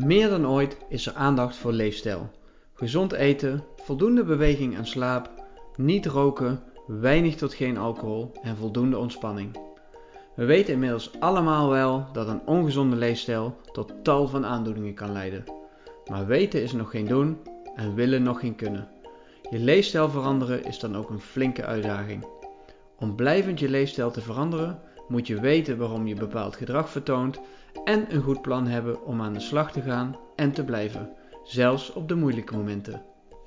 Meer dan ooit is er aandacht voor leefstijl. Gezond eten, voldoende beweging en slaap, niet roken, weinig tot geen alcohol en voldoende ontspanning. We weten inmiddels allemaal wel dat een ongezonde leefstijl tot tal van aandoeningen kan leiden. Maar weten is nog geen doen en willen nog geen kunnen. Je leefstijl veranderen is dan ook een flinke uitdaging. Om blijvend je leefstijl te veranderen moet je weten waarom je bepaald gedrag vertoont en een goed plan hebben om aan de slag te gaan en te blijven, zelfs op de moeilijke momenten.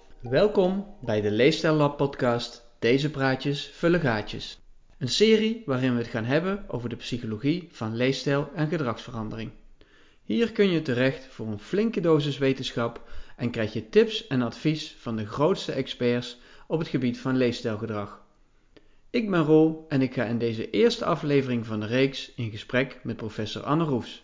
Welkom bij de Leefstijl Lab podcast Deze praatjes vullen gaatjes. Een serie waarin we het gaan hebben over de psychologie van leefstijl en gedragsverandering. Hier kun je terecht voor een flinke dosis wetenschap en krijg je tips en advies van de grootste experts op het gebied van leefstijlgedrag. Ik ben Roel en ik ga in deze eerste aflevering van de reeks in gesprek met professor Anne Roefs.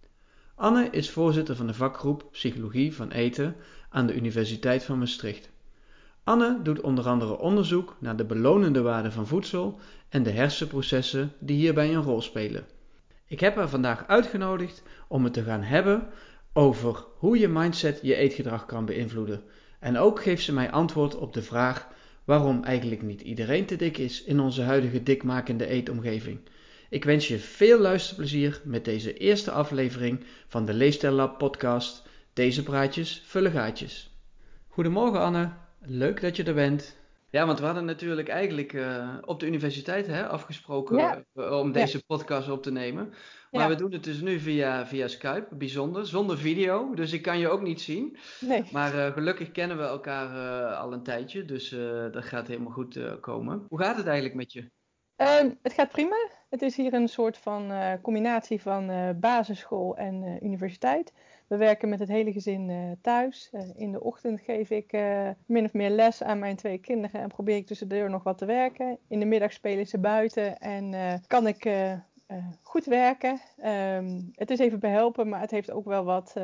Anne is voorzitter van de vakgroep Psychologie van Eten aan de Universiteit van Maastricht. Anne doet onder andere onderzoek naar de belonende waarde van voedsel en de hersenprocessen die hierbij een rol spelen. Ik heb haar vandaag uitgenodigd om het te gaan hebben over hoe je mindset je eetgedrag kan beïnvloeden. En ook geeft ze mij antwoord op de vraag waarom eigenlijk niet iedereen te dik is in onze huidige dikmakende eetomgeving. Ik wens je veel luisterplezier met deze eerste aflevering van de Leefstijl Lab podcast. Deze praatjes vullen gaatjes. Goedemorgen Anne, leuk dat je er bent. Ja, want we hadden natuurlijk eigenlijk op de universiteit afgesproken om Ja. deze podcast op te nemen. Maar Ja. we doen het dus nu via Skype, bijzonder, zonder video. Dus ik kan je ook niet zien. Nee. Maar gelukkig kennen we elkaar al een tijdje, dus dat gaat helemaal goed komen. Hoe gaat het eigenlijk met je? Het gaat prima. Het is hier een soort van combinatie van basisschool en universiteit. We werken met het hele gezin thuis. In de ochtend geef ik min of meer les aan mijn 2 kinderen en probeer ik tussendoor nog wat te werken. In de middag spelen ze buiten en kan ik goed werken. Het is even behelpen, maar het heeft ook wel wat.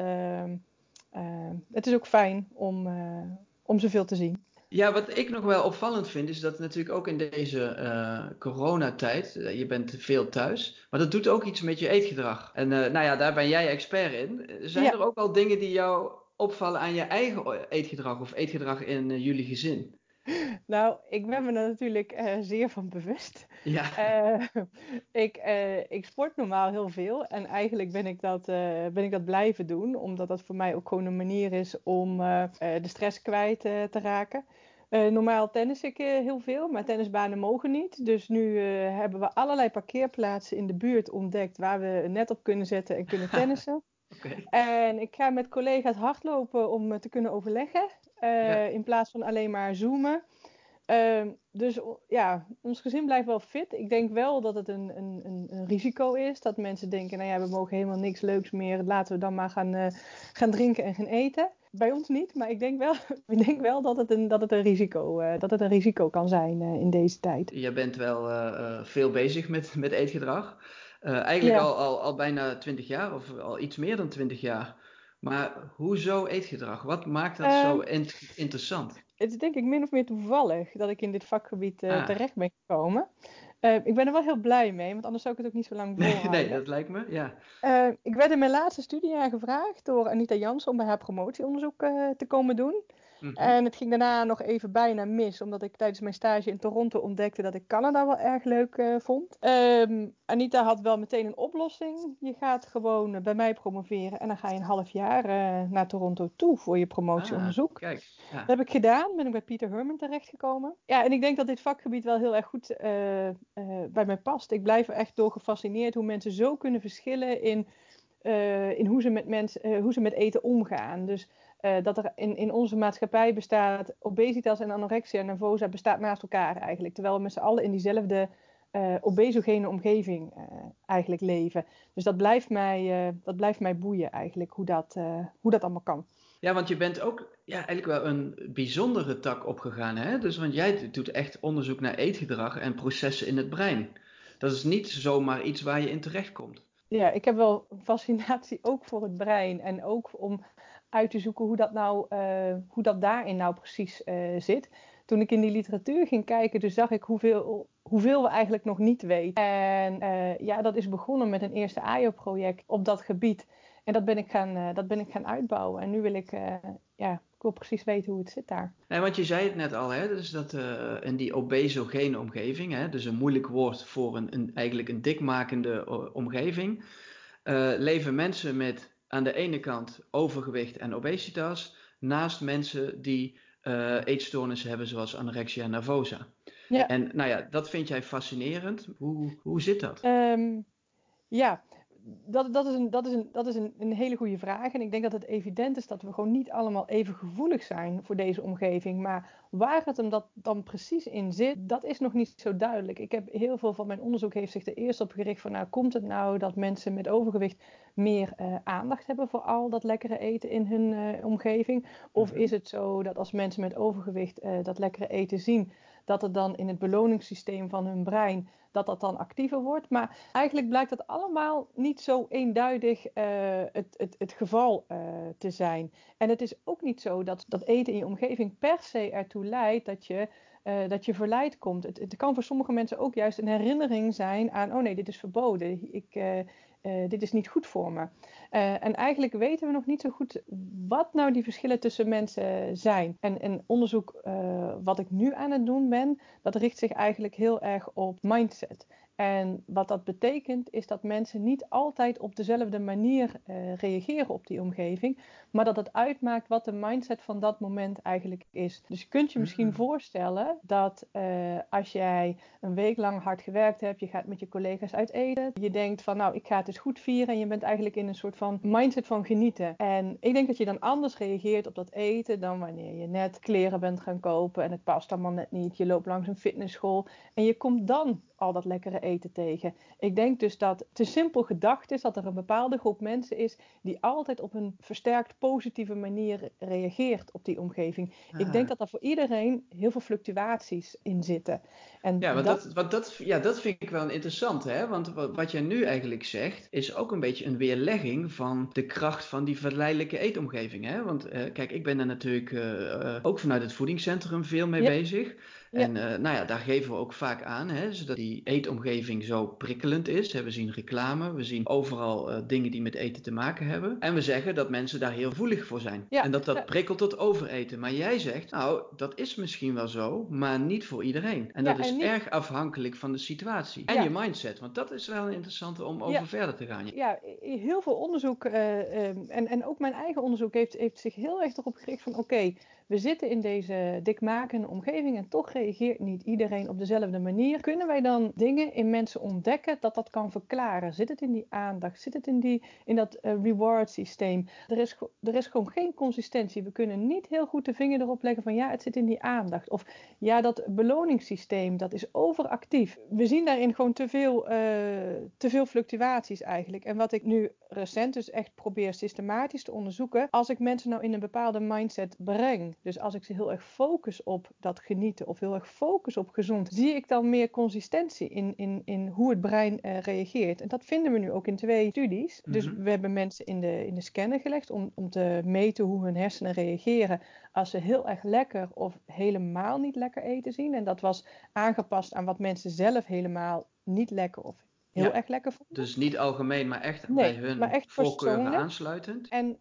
Het is ook fijn om zoveel te zien. Ja, wat ik nog wel opvallend vind, is dat natuurlijk ook in deze coronatijd, je bent veel thuis, maar dat doet ook iets met je eetgedrag. En nou ja, daar ben jij expert in. Zijn Ja. er ook al dingen die jou opvallen aan je eigen eetgedrag of eetgedrag in jullie gezin? Nou, ik ben me er natuurlijk zeer van bewust. Ja, Ik sport normaal heel veel en eigenlijk ben ik dat blijven doen, omdat dat voor mij ook gewoon een manier is om de stress kwijt te raken. Normaal tennis ik heel veel, maar tennisbanen mogen niet. Dus nu hebben we allerlei parkeerplaatsen in de buurt ontdekt waar we een net op kunnen zetten en kunnen tennissen. oké. En ik ga met collega's hardlopen om te kunnen overleggen, Ja. in plaats van alleen maar zoomen. Dus ja, ons gezin blijft wel fit. Ik denk wel dat het een risico is. Dat mensen denken, nou ja, we mogen helemaal niks leuks meer. Laten we dan maar gaan drinken en gaan eten. Bij ons niet, maar ik denk wel dat het een risico kan zijn in deze tijd. Je bent wel veel bezig met eetgedrag. Eigenlijk Ja. al bijna 20 jaar of al iets meer dan 20 jaar. Maar hoezo eetgedrag? Wat maakt dat Uh, zo interessant? Het is denk ik min of meer toevallig dat ik in dit vakgebied Ah, terecht ben gekomen. Ik ben er wel heel blij mee, want anders zou ik het ook niet zo lang nee, volhouden. dat lijkt me, ja. Ik werd in mijn laatste studiejaar gevraagd door Anita Jansen om bij haar promotieonderzoek te komen doen. Mhm. En het ging daarna nog even bijna mis, omdat ik tijdens mijn stage in Toronto ontdekte dat ik Canada wel erg leuk vond. Anita had wel meteen een oplossing. Je gaat gewoon bij mij promoveren en dan ga je een half jaar naar Toronto toe voor je Ah, promotieonderzoek. kijk, ja. Dat heb ik gedaan, ben ik bij Peter Herman terechtgekomen. Ja, en ik denk dat dit vakgebied wel heel erg goed bij mij past. Ik blijf er echt door gefascineerd hoe mensen zo kunnen verschillen in hoe ze met eten omgaan. Dus dat er in onze maatschappij bestaat obesitas en anorexia nervosa bestaat naast elkaar eigenlijk. Terwijl we met z'n allen in diezelfde obesogene omgeving eigenlijk leven. Dus dat blijft mij boeien eigenlijk, hoe dat allemaal kan. Ja, want je bent ook eigenlijk wel een bijzondere tak opgegaan, hè? Dus, want jij doet echt onderzoek naar eetgedrag en processen in het brein. Dat is niet zomaar iets waar je in terechtkomt. Ja, ik heb wel fascinatie ook voor het brein en ook om uit te zoeken hoe dat daarin nou precies zit. Toen ik in die literatuur ging kijken, dus zag ik hoeveel we eigenlijk nog niet weten. En ja, dat is begonnen met een eerste AIO-project op dat gebied. En dat ben ik gaan uitbouwen. En nu wil ik, ik wil precies weten hoe het zit daar. Nee, want je zei het net al, hè, dus dat in die obesogene omgeving, hè, dus een moeilijk woord voor eigenlijk een dikmakende omgeving, leven mensen met aan de ene kant overgewicht en obesitas, naast mensen die eetstoornissen hebben zoals anorexia nervosa. Ja. En nou ja, dat vind jij fascinerend. Hoe zit dat? Ja, dat is een hele goede vraag. En ik denk dat het evident is dat we gewoon niet allemaal even gevoelig zijn voor deze omgeving. Maar waar het hem dat dan precies in zit, dat is nog niet zo duidelijk. Ik heb heel veel van mijn onderzoek heeft zich er eerst op gericht van, nou, komt het nou dat mensen met overgewicht meer aandacht hebben voor al dat lekkere eten in hun omgeving? Of is het zo dat als mensen met overgewicht dat lekkere eten zien, dat het dan in het beloningssysteem van hun brein dat dan actiever wordt. Maar eigenlijk blijkt dat allemaal niet zo eenduidig het geval te zijn. En het is ook niet zo dat eten in je omgeving per se ertoe leidt dat je verleid komt. Het kan voor sommige mensen ook juist een herinnering zijn aan, oh nee, dit is verboden. Dit is niet goed voor me. En eigenlijk weten we nog niet zo goed wat nou die verschillen tussen mensen zijn. En onderzoek wat ik nu aan het doen ben, dat richt zich eigenlijk heel erg op mindset. En wat dat betekent is dat mensen niet altijd op dezelfde manier reageren op die omgeving, maar dat het uitmaakt wat de mindset van dat moment eigenlijk is. Dus je kunt je misschien voorstellen dat als jij een week lang hard gewerkt hebt, je gaat met je collega's uit eten, je denkt van nou, ik ga het eens goed vieren en je bent eigenlijk in een soort van mindset van genieten. En ik denk dat je dan anders reageert op dat eten dan wanneer je net kleren bent gaan kopen en het past allemaal net niet. Je loopt langs een fitnessschool en je komt dan al dat lekkere eten tegen. Ik denk dus dat te simpel gedacht is dat er een bepaalde groep mensen is die altijd op een versterkt positieve manier reageert op die omgeving. Ik denk dat daar voor iedereen heel veel fluctuaties in zitten. En ja, dat vind ik wel interessant, hè? Want wat jij nu eigenlijk zegt, is ook een beetje een weerlegging van de kracht van die verleidelijke eetomgeving, hè? Want kijk, ik ben er natuurlijk ook vanuit het voedingscentrum veel mee bezig. Ja. En daar geven we ook vaak aan, hè, zodat die eetomgeving zo prikkelend is. We zien reclame, we zien overal dingen die met eten te maken hebben. En we zeggen dat mensen daar heel gevoelig voor zijn. Ja. En dat prikkelt tot overeten. Maar jij zegt, nou, dat is misschien wel zo, maar niet voor iedereen. En dat is erg afhankelijk van de situatie. En je mindset, want dat is wel een interessante om over verder te gaan. Ja, heel veel onderzoek en ook mijn eigen onderzoek heeft zich heel erg erop gericht van oké, we zitten in deze dikmakende omgeving en toch reageert niet iedereen op dezelfde manier. Kunnen wij dan dingen in mensen ontdekken dat kan verklaren? Zit het in die aandacht? Zit het in dat reward systeem? Er is gewoon geen consistentie. We kunnen niet heel goed de vinger erop leggen van ja, het zit in die aandacht. Of ja, dat beloningssysteem, dat is overactief. We zien daarin gewoon te veel fluctuaties eigenlijk. En wat ik nu recent dus echt probeer systematisch te onderzoeken, als ik mensen nou in een bepaalde mindset breng, dus als ik ze heel erg focus op dat genieten of heel erg focus op gezond, zie ik dan meer consistentie in hoe het brein reageert. En dat vinden we nu ook in 2 studies. Dus we hebben mensen in de scanner gelegd om te meten hoe hun hersenen reageren als ze heel erg lekker of helemaal niet lekker eten zien. En dat was aangepast aan wat mensen zelf helemaal niet lekker of heel erg lekker vonden. Dus niet algemeen, maar echt bij hun voorkeuren aansluitend. En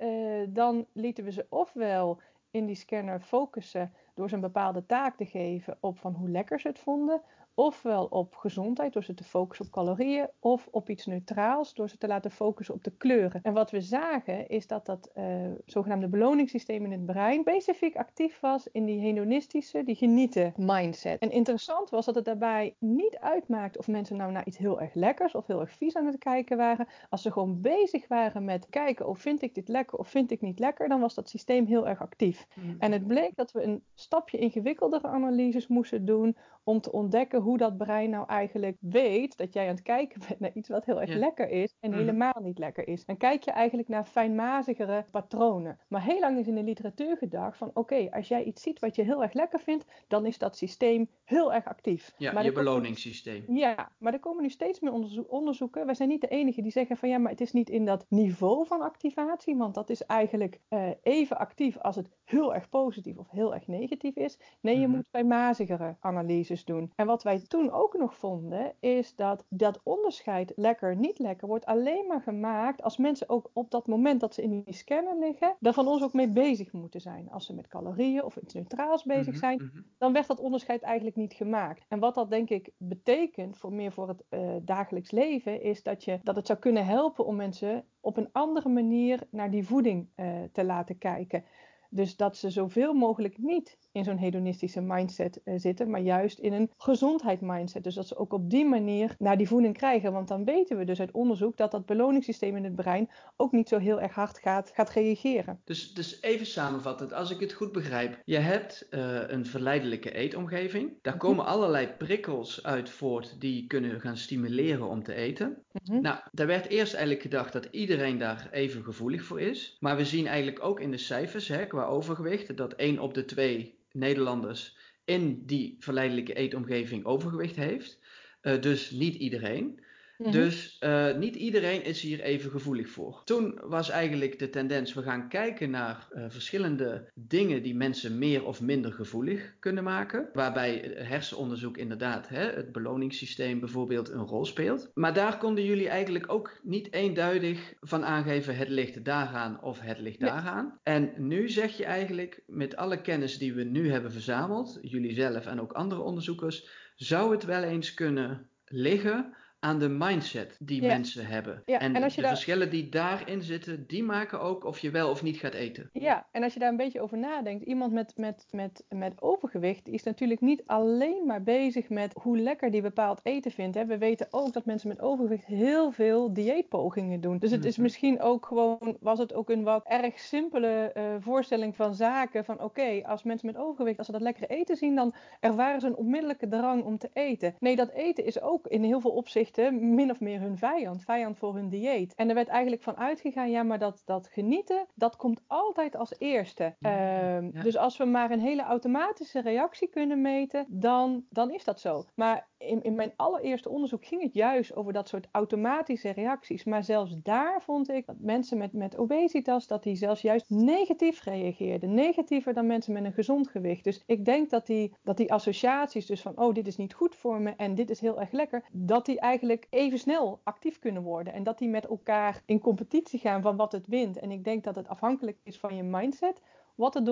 dan lieten we ze ofwel in die scanner focussen door ze een bepaalde taak te geven op van hoe lekker ze het vonden, ofwel op gezondheid door ze te focussen op calorieën, of op iets neutraals door ze te laten focussen op de kleuren. En wat we zagen is dat zogenaamde beloningssysteem in het brein specifiek actief was in die hedonistische, die genieten mindset. En interessant was dat het daarbij niet uitmaakt of mensen nou naar iets heel erg lekkers of heel erg vies aan het kijken waren. Als ze gewoon bezig waren met kijken of vind ik dit lekker of vind ik niet lekker, dan was dat systeem heel erg actief. En het bleek dat we een stapje ingewikkeldere analyses moesten doen om te ontdekken hoe dat brein nou eigenlijk weet dat jij aan het kijken bent naar iets wat heel erg lekker is en helemaal niet lekker is. Dan kijk je eigenlijk naar fijnmazigere patronen. Maar heel lang is in de literatuur gedacht van oké, als jij iets ziet wat je heel erg lekker vindt, dan is dat systeem heel erg actief. Ja, maar je beloningssysteem. Ja, maar er komen nu steeds meer onderzoeken. Wij zijn niet de enige die zeggen van ja, maar het is niet in dat niveau van activatie, want dat is eigenlijk even actief als het heel erg positief of heel erg negatief is. Nee, je moet fijnmazigere analyses doen. En wat wij wij toen ook nog vonden, is dat onderscheid lekker, niet lekker, wordt alleen maar gemaakt als mensen ook op dat moment dat ze in die scanner liggen, daar van ons ook mee bezig moeten zijn. Als ze met calorieën of iets neutraals bezig zijn, dan werd dat onderscheid eigenlijk niet gemaakt. En wat dat denk ik betekent, meer voor het dagelijks leven, is dat het zou kunnen helpen om mensen op een andere manier naar die voeding te laten kijken. Dus dat ze zoveel mogelijk niet in zo'n hedonistische mindset zitten, maar juist in een gezondheidsmindset. Dus dat ze ook op die manier naar die voeding krijgen. Want dan weten we dus uit onderzoek dat beloningssysteem in het brein ook niet zo heel erg hard gaat reageren. Dus even samenvattend, als ik het goed begrijp. Je hebt een verleidelijke eetomgeving. Daar komen allerlei prikkels uit voort die kunnen gaan stimuleren om te eten. Nou, daar werd eerst eigenlijk gedacht dat iedereen daar even gevoelig voor is. Maar we zien eigenlijk ook in de cijfers, qua overgewicht, dat 1 op de 2 Nederlanders in die verleidelijke eetomgeving overgewicht heeft. Dus niet iedereen. Dus niet iedereen is hier even gevoelig voor. Toen was eigenlijk de tendens, we gaan kijken naar verschillende dingen die mensen meer of minder gevoelig kunnen maken. Waarbij hersenonderzoek inderdaad, het beloningssysteem bijvoorbeeld een rol speelt. Maar daar konden jullie eigenlijk ook niet eenduidig van aangeven, het ligt daaraan of het ligt daaraan. En nu zeg je eigenlijk, met alle kennis die we nu hebben verzameld, jullie zelf en ook andere onderzoekers, zou het wel eens kunnen liggen aan de mindset die mensen hebben. Ja, en de verschillen die daarin zitten, die maken ook of je wel of niet gaat eten. Ja, en als je daar een beetje over nadenkt, iemand met overgewicht, die is natuurlijk niet alleen maar bezig met hoe lekker die bepaald eten vindt. Hè. We weten ook dat mensen met overgewicht heel veel dieetpogingen doen. Dus het is misschien ook gewoon, was het ook een wat erg simpele voorstelling van zaken. Van oké, als mensen met overgewicht, als ze dat lekkere eten zien, dan ervaren ze een onmiddellijke drang om te eten. Nee, dat eten is ook in heel veel opzichten min of meer hun vijand voor hun dieet. En er werd eigenlijk van uitgegaan, ja, maar dat genieten, dat komt altijd als eerste. Dus als we maar een hele automatische reactie kunnen meten, dan is dat zo. Maar in mijn allereerste onderzoek ging het juist over dat soort automatische reacties. Maar zelfs daar vond ik dat mensen met obesitas, dat die zelfs juist negatief reageerden. Negatiever dan mensen met een gezond gewicht. Dus ik denk dat die associaties dus van, oh, dit is niet goed voor me en dit is heel erg lekker, dat die eigenlijk even snel actief kunnen worden. En dat die met elkaar in competitie gaan van wat het wint. En ik denk dat het afhankelijk is van je mindset, wat de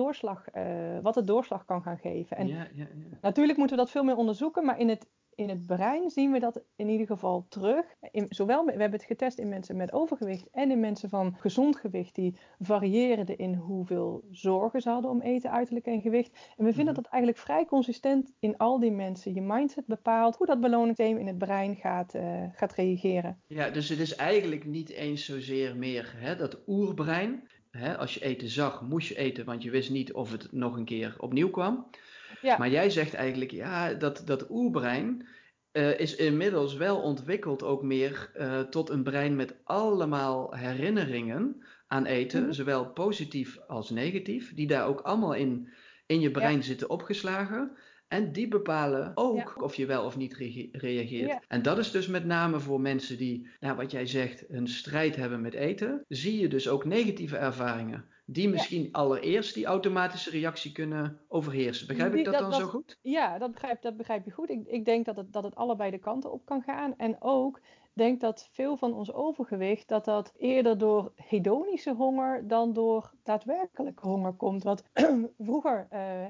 doorslag kan gaan geven. En natuurlijk moeten we dat veel meer onderzoeken, maar in het brein zien we dat in ieder geval terug. We hebben het getest in mensen met overgewicht en in mensen van gezond gewicht. Die varieerden in hoeveel zorgen ze hadden om eten, uiterlijk en gewicht. En we vinden dat eigenlijk vrij consistent in al die mensen. Je mindset bepaalt hoe dat beloningssysteem in het brein gaat reageren. Ja, dus het is eigenlijk niet eens zozeer meer dat oerbrein. Als je eten zag, moest je eten, want je wist niet of het nog een keer opnieuw kwam. Ja. Maar jij zegt eigenlijk, ja, dat oerbrein is inmiddels wel ontwikkeld ook meer tot een brein met allemaal herinneringen aan eten, zowel positief als negatief, die daar ook allemaal in je brein zitten opgeslagen. En die bepalen ook of je wel of niet reageert. Ja. En dat is dus met name voor mensen die, wat jij zegt, een strijd hebben met eten. Zie je dus ook negatieve ervaringen. Die misschien allereerst die automatische reactie kunnen overheersen. Begrijp ik dat zo goed? Ja, dat begrijp je goed. Ik denk dat het allebei de kanten op kan gaan. En ook denk dat veel van ons overgewicht, dat eerder door hedonische honger dan door daadwerkelijke honger komt. Wat vroeger,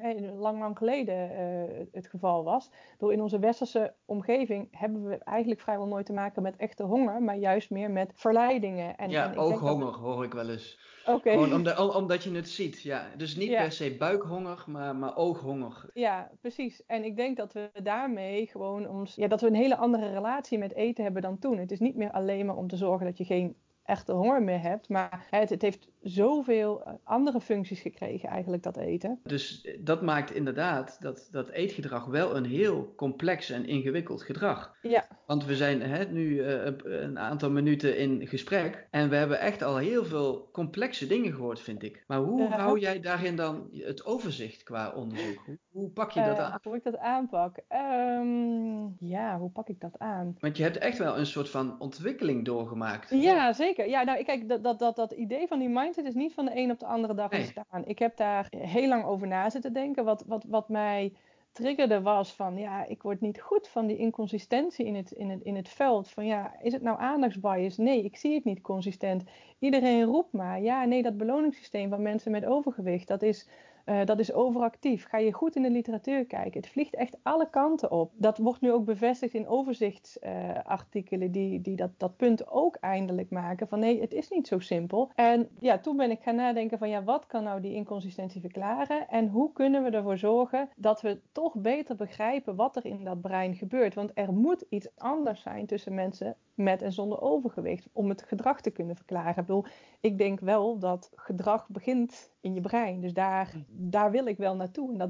lang geleden het geval was. Door in onze westerse omgeving hebben we eigenlijk vrijwel nooit te maken met echte honger, maar juist meer met verleidingen. En ooghonger hoor ik wel eens. Okay. Gewoon omdat je het ziet. Ja. Dus niet per se buikhonger, maar ooghonger. Ja, precies. En ik denk dat we daarmee gewoon dat we een hele andere relatie met eten hebben dan toen. Het is niet meer alleen maar om te zorgen dat je geen echte honger meer hebt. Maar het heeft zoveel andere functies gekregen eigenlijk, dat eten. Dus dat maakt inderdaad dat eetgedrag wel een heel complex en ingewikkeld gedrag. Ja. Want we zijn nu een aantal minuten in gesprek en we hebben echt al heel veel complexe dingen gehoord, vind ik. Maar hoe hou jij daarin dan het overzicht qua onderzoek? Hoe pak je dat aan? Hoe ik dat aanpak? Hoe pak ik dat aan? Want je hebt echt wel een soort van ontwikkeling doorgemaakt. Ja, zeker. Ja, nou, kijk, dat idee van die mindset is niet van de een op de andere dag ontstaan. Ik heb daar heel lang over na zitten denken. Wat mij triggerde was van, ik word niet goed van die inconsistentie in het veld. Van is het nou aandachtsbias? Nee, ik zie het niet consistent. Iedereen roept maar, nee, dat beloningssysteem van mensen met overgewicht, dat is overactief. Ga je goed in de literatuur kijken. Het vliegt echt alle kanten op. Dat wordt nu ook bevestigd in overzichtsartikelen die dat punt ook eindelijk maken. Van nee, het is niet zo simpel. En toen ben ik gaan nadenken van wat kan nou die inconsistentie verklaren? En hoe kunnen we ervoor zorgen dat we toch beter begrijpen wat er in dat brein gebeurt? Want er moet iets anders zijn tussen mensen met en zonder overgewicht om het gedrag te kunnen verklaren. Ik denk wel dat gedrag begint in je brein. Dus daar wil ik wel naartoe en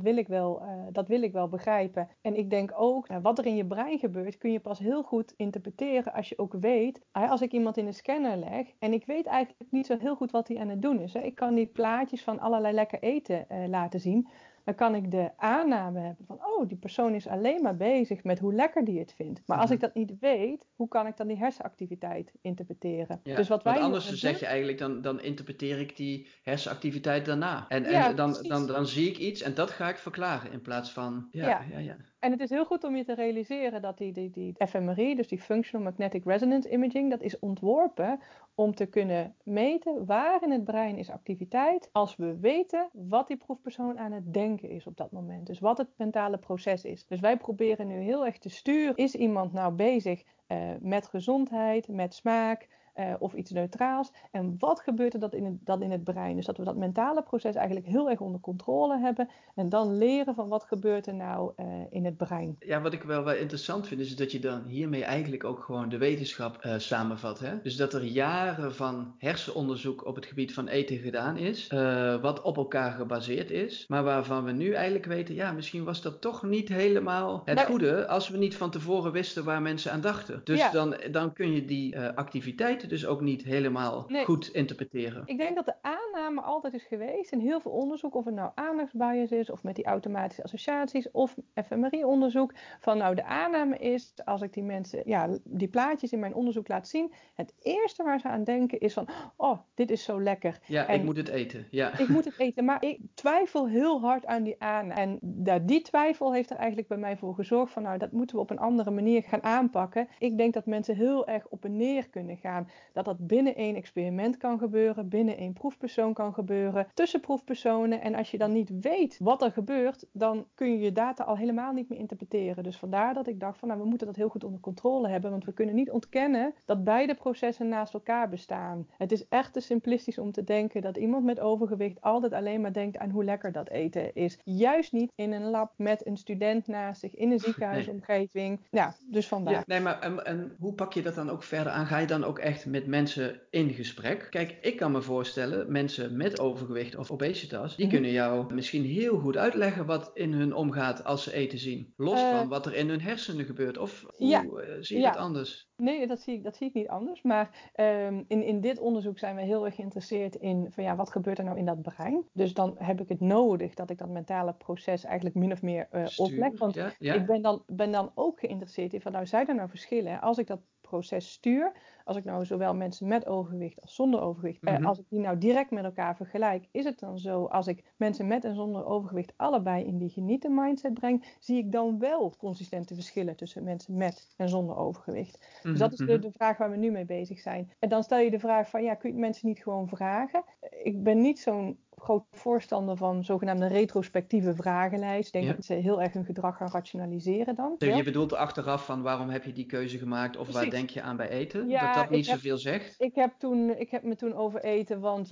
dat wil ik wel begrijpen. En ik denk ook, wat er in je brein gebeurt, kun je pas heel goed interpreteren als je ook weet, als ik iemand in een scanner leg en ik weet eigenlijk niet zo heel goed wat hij aan het doen is. Hè. Ik kan die plaatjes van allerlei lekker eten laten zien. Dan kan ik de aanname hebben van, die persoon is alleen maar bezig met hoe lekker die het vindt. Maar als ik dat niet weet, hoe kan ik dan die hersenactiviteit interpreteren? Ja, dus want anders zeg je eigenlijk, dan interpreteer ik die hersenactiviteit daarna. En dan zie ik iets en dat ga ik verklaren in plaats van, ja. En het is heel goed om je te realiseren dat die fMRI, dus die Functional Magnetic Resonance Imaging, dat is ontworpen om te kunnen meten waar in het brein is activiteit als we weten wat die proefpersoon aan het denken is op dat moment. Dus wat het mentale proces is. Dus wij proberen nu heel erg te sturen, is iemand nou bezig met gezondheid, met smaak of iets neutraals? En wat gebeurt er dan in het brein? Dus dat we dat mentale proces eigenlijk heel erg onder controle hebben en dan leren van wat gebeurt er nou in het brein. Ja, wat ik wel interessant vind is dat je dan hiermee eigenlijk ook gewoon de wetenschap samenvat. Hè? Dus dat er jaren van hersenonderzoek op het gebied van eten gedaan is, wat op elkaar gebaseerd is, maar waarvan we nu eigenlijk weten, misschien was dat toch niet helemaal het goede als we niet van tevoren wisten waar mensen aan dachten. Dus dan kun je die activiteiten dus ook niet helemaal goed interpreteren. Ik denk dat de aanname altijd is geweest in heel veel onderzoek, of het nou aandachtsbias is of met die automatische associaties of fMRI-onderzoek, van de aanname is, als ik die mensen, die plaatjes in mijn onderzoek laat zien, het eerste waar ze aan denken is van, dit is zo lekker. Ja, ik moet het eten. Ja. Ik moet het eten, maar ik twijfel heel hard aan die aanname. En die twijfel heeft er eigenlijk bij mij voor gezorgd van, dat moeten we op een andere manier gaan aanpakken. Ik denk dat mensen heel erg op en neer kunnen gaan. Dat binnen één experiment kan gebeuren, binnen één proefpersoon kan gebeuren, tussen proefpersonen. En als je dan niet weet wat er gebeurt, dan kun je je data al helemaal niet meer interpreteren. Dus vandaar dat ik dacht van, we moeten dat heel goed onder controle hebben, want we kunnen niet ontkennen dat beide processen naast elkaar bestaan. Het is echt te simplistisch om te denken dat iemand met overgewicht altijd alleen maar denkt aan hoe lekker dat eten is. Juist niet in een lab met een student naast zich, in een ziekenhuisomgeving. Ja, dus vandaar. Ja, nee, maar en hoe pak je dat dan ook verder aan? Ga je dan ook echt met mensen in gesprek? Kijk, ik kan me voorstellen, mensen met overgewicht of obesitas, die kunnen jou misschien heel goed uitleggen wat in hun omgaat als ze eten zien. Los van wat er in hun hersenen gebeurt. Of hoe zie je dat anders? Nee, dat zie ik niet anders. Maar in dit onderzoek zijn we heel erg geïnteresseerd in van wat gebeurt er nou in dat brein. Dus dan heb ik het nodig dat ik dat mentale proces eigenlijk min of meer opleg. Want ik ben dan ook geïnteresseerd in van zijn er nou verschillen? Als ik dat proces stuur, als ik nou zowel mensen met overgewicht als zonder overgewicht, als ik die nou direct met elkaar vergelijk, is het dan zo als ik mensen met en zonder overgewicht allebei in die genieten mindset breng, zie ik dan wel consistente verschillen tussen mensen met en zonder overgewicht. Dus dat is de vraag waar we nu mee bezig zijn. En dan stel je de vraag van, kun je mensen niet gewoon vragen? Ik ben niet zo'n groot voorstander van zogenaamde retrospectieve vragenlijst. Ik denk dat ze heel erg hun gedrag gaan rationaliseren dan. Je bedoelt achteraf van waarom heb je die keuze gemaakt of waar denk je aan bij eten? Dat niet zoveel zegt? Ik heb me toen overeten, want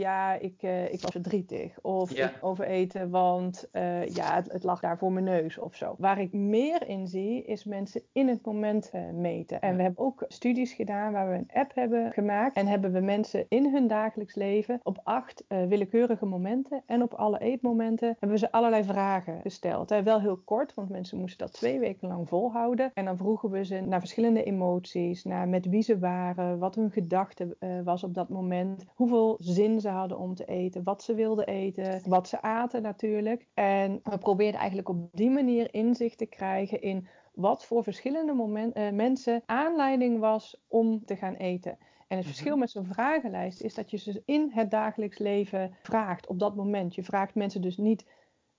ik was verdrietig. Of ik overeten, want het lag daar voor mijn neus of zo. Waar ik meer in zie, is mensen in het moment meten. En we hebben ook studies gedaan waar we een app hebben gemaakt. En hebben we mensen in hun dagelijks leven op 8 willekeurige momenten en op alle eetmomenten hebben we ze allerlei vragen gesteld. Wel heel kort, want mensen moesten dat 2 weken lang volhouden. En dan vroegen we ze naar verschillende emoties, naar met wie ze waren, wat hun gedachte was op dat moment, hoeveel zin ze hadden om te eten, wat ze wilden eten, wat ze aten natuurlijk. En we probeerden eigenlijk op die manier inzicht te krijgen in wat voor verschillende mensen aanleiding was om te gaan eten. En het verschil met zo'n vragenlijst is dat je ze in het dagelijks leven vraagt op dat moment. Je vraagt mensen dus niet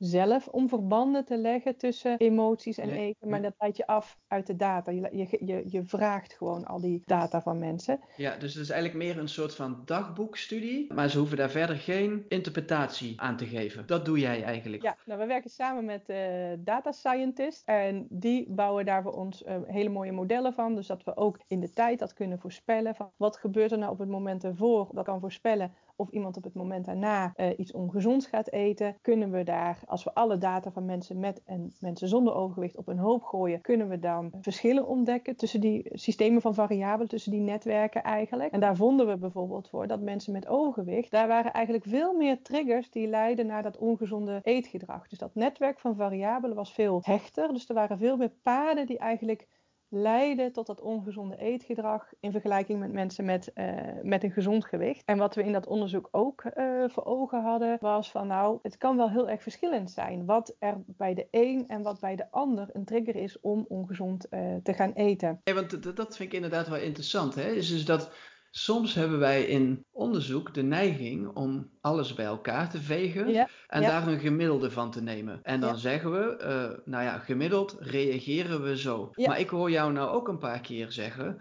zelf om verbanden te leggen tussen emoties en eten. Maar dat leidt je af uit de data. Je vraagt gewoon al die data van mensen. Ja, dus het is eigenlijk meer een soort van dagboekstudie. Maar ze hoeven daar verder geen interpretatie aan te geven. Dat doe jij eigenlijk. Ja, nou, we werken samen met data scientists. En die bouwen daar voor ons hele mooie modellen van. Dus dat we ook in de tijd dat kunnen voorspellen. Van wat gebeurt er nou op het moment ervoor? Dat kan voorspellen of iemand op het moment daarna iets ongezonds gaat eten. Kunnen we daar, als we alle data van mensen met en mensen zonder overgewicht op een hoop gooien, kunnen we dan verschillen ontdekken tussen die systemen van variabelen, tussen die netwerken eigenlijk. En daar vonden we bijvoorbeeld voor dat mensen met overgewicht, daar waren eigenlijk veel meer triggers die leiden naar dat ongezonde eetgedrag. Dus dat netwerk van variabelen was veel hechter. Dus er waren veel meer paden die eigenlijk leiden tot dat ongezonde eetgedrag in vergelijking met mensen met een gezond gewicht. En wat we in dat onderzoek ook voor ogen hadden, was van nou, het kan wel heel erg verschillend zijn wat er bij de een en wat bij de ander een trigger is om ongezond te gaan eten. Ja, want dat vind ik inderdaad wel interessant. Hè? Dus dat soms hebben wij in onderzoek de neiging om alles bij elkaar te vegen en daar een gemiddelde van te nemen. En dan zeggen we, gemiddeld reageren we zo. Ja. Maar ik hoor jou nou ook een paar keer zeggen,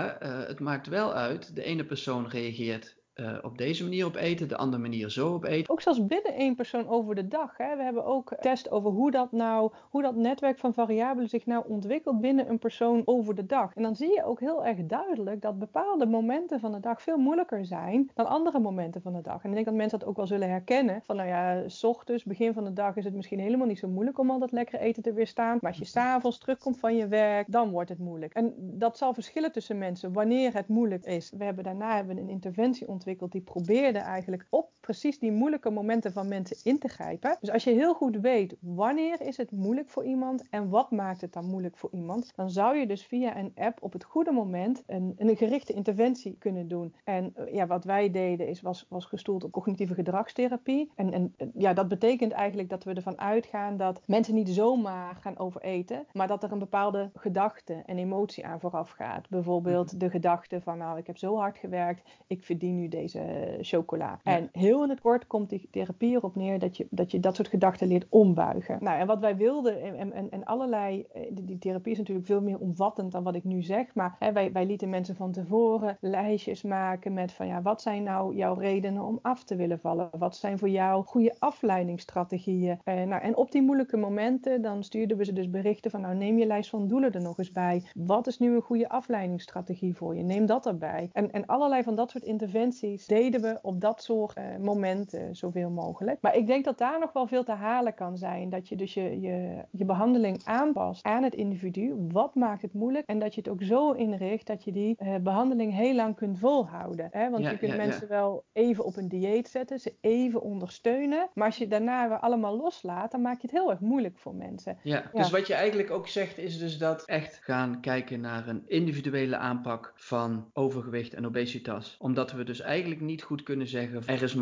het maakt wel uit, de ene persoon reageert op deze manier op eten, de andere manier zo op eten. Ook zelfs binnen één persoon over de dag. Hè. We hebben ook getest over hoe dat netwerk van variabelen zich nou ontwikkelt binnen een persoon over de dag. En dan zie je ook heel erg duidelijk dat bepaalde momenten van de dag veel moeilijker zijn dan andere momenten van de dag. En ik denk dat mensen dat ook wel zullen herkennen. Van 's ochtends, begin van de dag is het misschien helemaal niet zo moeilijk om al dat lekkere eten te weerstaan. Maar als je 's avonds terugkomt van je werk, dan wordt het moeilijk. En dat zal verschillen tussen mensen wanneer het moeilijk is. Daarna hebben we een interventie ontwikkeld die probeerde eigenlijk op precies die moeilijke momenten van mensen in te grijpen. Dus als je heel goed weet wanneer is het moeilijk voor iemand en wat maakt het dan moeilijk voor iemand, dan zou je dus via een app op het goede moment een gerichte interventie kunnen doen. En wat wij deden was gestoeld op cognitieve gedragstherapie. En dat betekent eigenlijk dat we ervan uitgaan dat mensen niet zomaar gaan overeten, maar dat er een bepaalde gedachte en emotie aan vooraf gaat. Bijvoorbeeld de gedachte van ik heb zo hard gewerkt, ik verdien nu deze chocola. Ja. En heel in het kort komt die therapie erop neer dat je dat soort gedachten leert ombuigen. Nou, en wat wij wilden en allerlei, die therapie is natuurlijk veel meer omvattend dan wat ik nu zeg, maar wij lieten mensen van tevoren lijstjes maken met van wat zijn nou jouw redenen om af te willen vallen? Wat zijn voor jou goede afleidingsstrategieën? En op die moeilijke momenten dan stuurden we ze dus berichten van neem je lijst van doelen er nog eens bij. Wat is nu een goede afleidingsstrategie voor je? Neem dat erbij. En allerlei van dat soort interventies deden we op dat soort momenten zoveel mogelijk. Maar ik denk dat daar nog wel veel te halen kan zijn. Dat je dus je behandeling aanpast aan het individu. Wat maakt het moeilijk? En dat je het ook zo inricht dat je die behandeling heel lang kunt volhouden. Hè? Want je kunt mensen wel even op een dieet zetten, ze even ondersteunen. Maar als je daarna weer allemaal loslaat, dan maak je het heel erg moeilijk voor mensen. Ja, dus wat je eigenlijk ook zegt is dus dat echt gaan kijken naar een individuele aanpak van overgewicht en obesitas. Omdat we dus eigenlijk niet goed kunnen zeggen,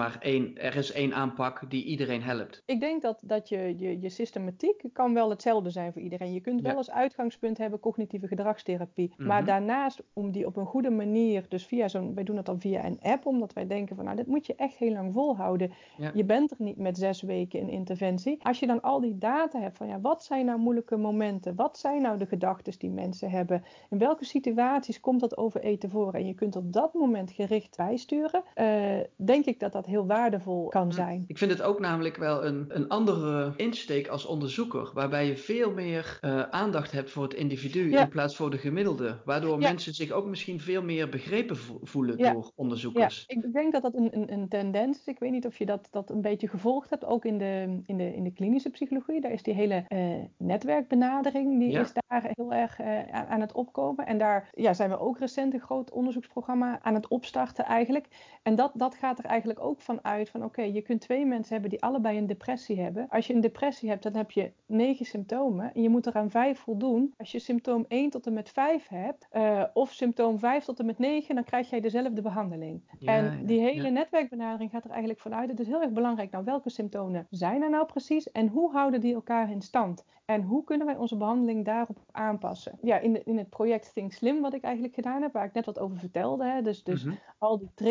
er is één aanpak die iedereen helpt. Ik denk dat je systematiek kan wel hetzelfde zijn voor iedereen. Je kunt wel als uitgangspunt hebben cognitieve gedragstherapie. Mm-hmm. Maar daarnaast, om die op een goede manier, dus wij doen dat dan via een app, omdat wij denken van dit moet je echt heel lang volhouden. Ja. Je bent er niet met 6 weken in interventie. Als je dan al die data hebt van wat zijn nou moeilijke momenten? Wat zijn nou de gedachten die mensen hebben? In welke situaties komt dat overeten voor? En je kunt op dat moment gericht bijsturen. Denk ik dat heel waardevol kan zijn. Ik vind het ook namelijk wel een andere insteek als onderzoeker, waarbij je veel meer aandacht hebt voor het individu in plaats voor de gemiddelde. Waardoor mensen zich ook misschien veel meer begrepen voelen door onderzoekers. Ja, ik denk dat dat een tendens is. Ik weet niet of je dat een beetje gevolgd hebt, ook in de klinische psychologie. Daar is die hele netwerkbenadering, die is daar heel erg aan het opkomen. En daar zijn we ook recent een groot onderzoeksprogramma aan het opstarten eigenlijk. En dat gaat er eigenlijk ook van uit van oké, je kunt 2 mensen hebben die allebei een depressie hebben. Als je een depressie hebt, dan heb je 9 symptomen en je moet er aan 5 voldoen. Als je symptoom 1 tot en met 5 hebt, of symptoom 5 tot en met 9, dan krijg jij dezelfde behandeling. Die hele netwerkbenadering gaat er eigenlijk vanuit. Het is heel erg belangrijk, welke symptomen zijn er nou precies en hoe houden die elkaar in stand? En hoe kunnen wij onze behandeling daarop aanpassen? Ja, in het project Think Slim, wat ik eigenlijk gedaan heb, waar ik net wat over vertelde. Hè, dus al die triggers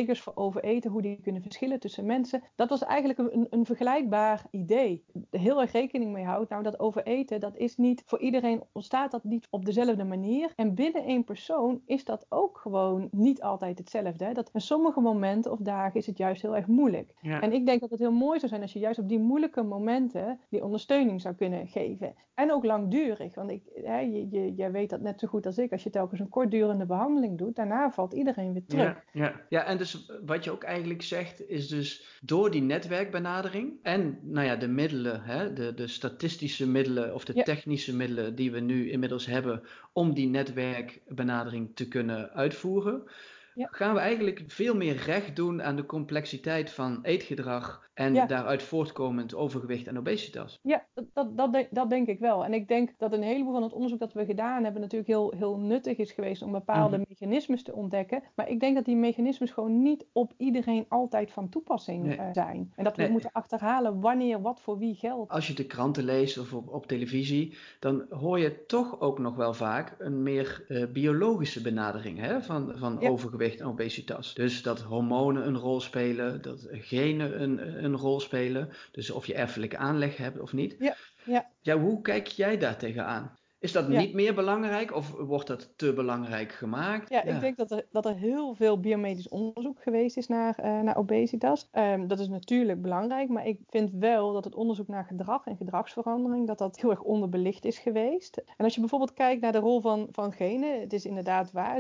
triggers voor overeten, hoe die kunnen verschillen tussen mensen. Dat was eigenlijk een vergelijkbaar idee. Heel erg rekening mee houdt, nou dat overeten, dat is niet voor iedereen, ontstaat dat niet op dezelfde manier. En binnen één persoon is dat ook gewoon niet altijd hetzelfde. Dat in sommige momenten of dagen is het juist heel erg moeilijk. Ja. En ik denk dat het heel mooi zou zijn als je juist op die moeilijke momenten die ondersteuning zou kunnen geven. En ook langdurig, want jij weet dat net zo goed als ik. Als je telkens een kortdurende behandeling doet, daarna valt iedereen weer terug. Ja, en dus wat je ook eigenlijk zegt is dus door die netwerkbenadering en de middelen, de statistische middelen of de technische middelen die we nu inmiddels hebben om die netwerkbenadering te kunnen uitvoeren, gaan we eigenlijk veel meer recht doen aan de complexiteit van eetgedrag en daaruit voortkomend overgewicht en obesitas. Ja, dat denk ik wel. En ik denk dat een heleboel van het onderzoek dat we gedaan hebben natuurlijk heel, heel nuttig is geweest om bepaalde mechanismes te ontdekken. Maar ik denk dat die mechanismes gewoon niet op iedereen altijd van toepassing zijn. En dat we moeten achterhalen wanneer wat voor wie geldt. Als je de kranten leest of op televisie, dan hoor je toch ook nog wel vaak een meer biologische benadering van overgewicht en obesitas. Dus dat hormonen een rol spelen, dat genen een rol spelen. Dus of je erfelijke aanleg hebt of niet. Ja, hoe kijk jij daar tegenaan? Is dat niet meer belangrijk of wordt dat te belangrijk gemaakt? Ja, ik denk dat er heel veel biomedisch onderzoek geweest is naar obesitas. Dat is natuurlijk belangrijk, maar ik vind wel dat het onderzoek naar gedrag en gedragsverandering, dat heel erg onderbelicht is geweest. En als je bijvoorbeeld kijkt naar de rol van genen, het is inderdaad waar,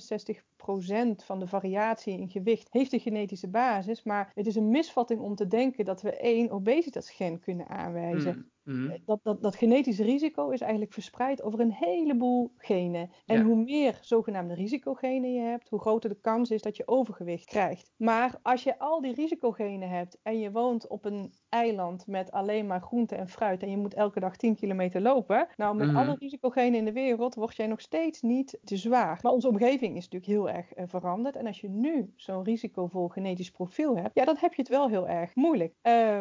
67% van de variatie in gewicht heeft een genetische basis, maar het is een misvatting om te denken dat we één obesitasgen kunnen aanwijzen. Dat genetische risico is eigenlijk verspreid over een heleboel genen. En hoe meer zogenaamde risicogenen je hebt, hoe groter de kans is dat je overgewicht krijgt. Maar als je al die risicogenen hebt en je woont op een eiland met alleen maar groente en fruit en je moet elke dag 10 kilometer lopen, nou met alle risicogenen in de wereld word jij nog steeds niet te zwaar. Maar onze omgeving is natuurlijk heel erg veranderd. En als je nu zo'n risicovol genetisch profiel hebt, dan heb je het wel heel erg moeilijk.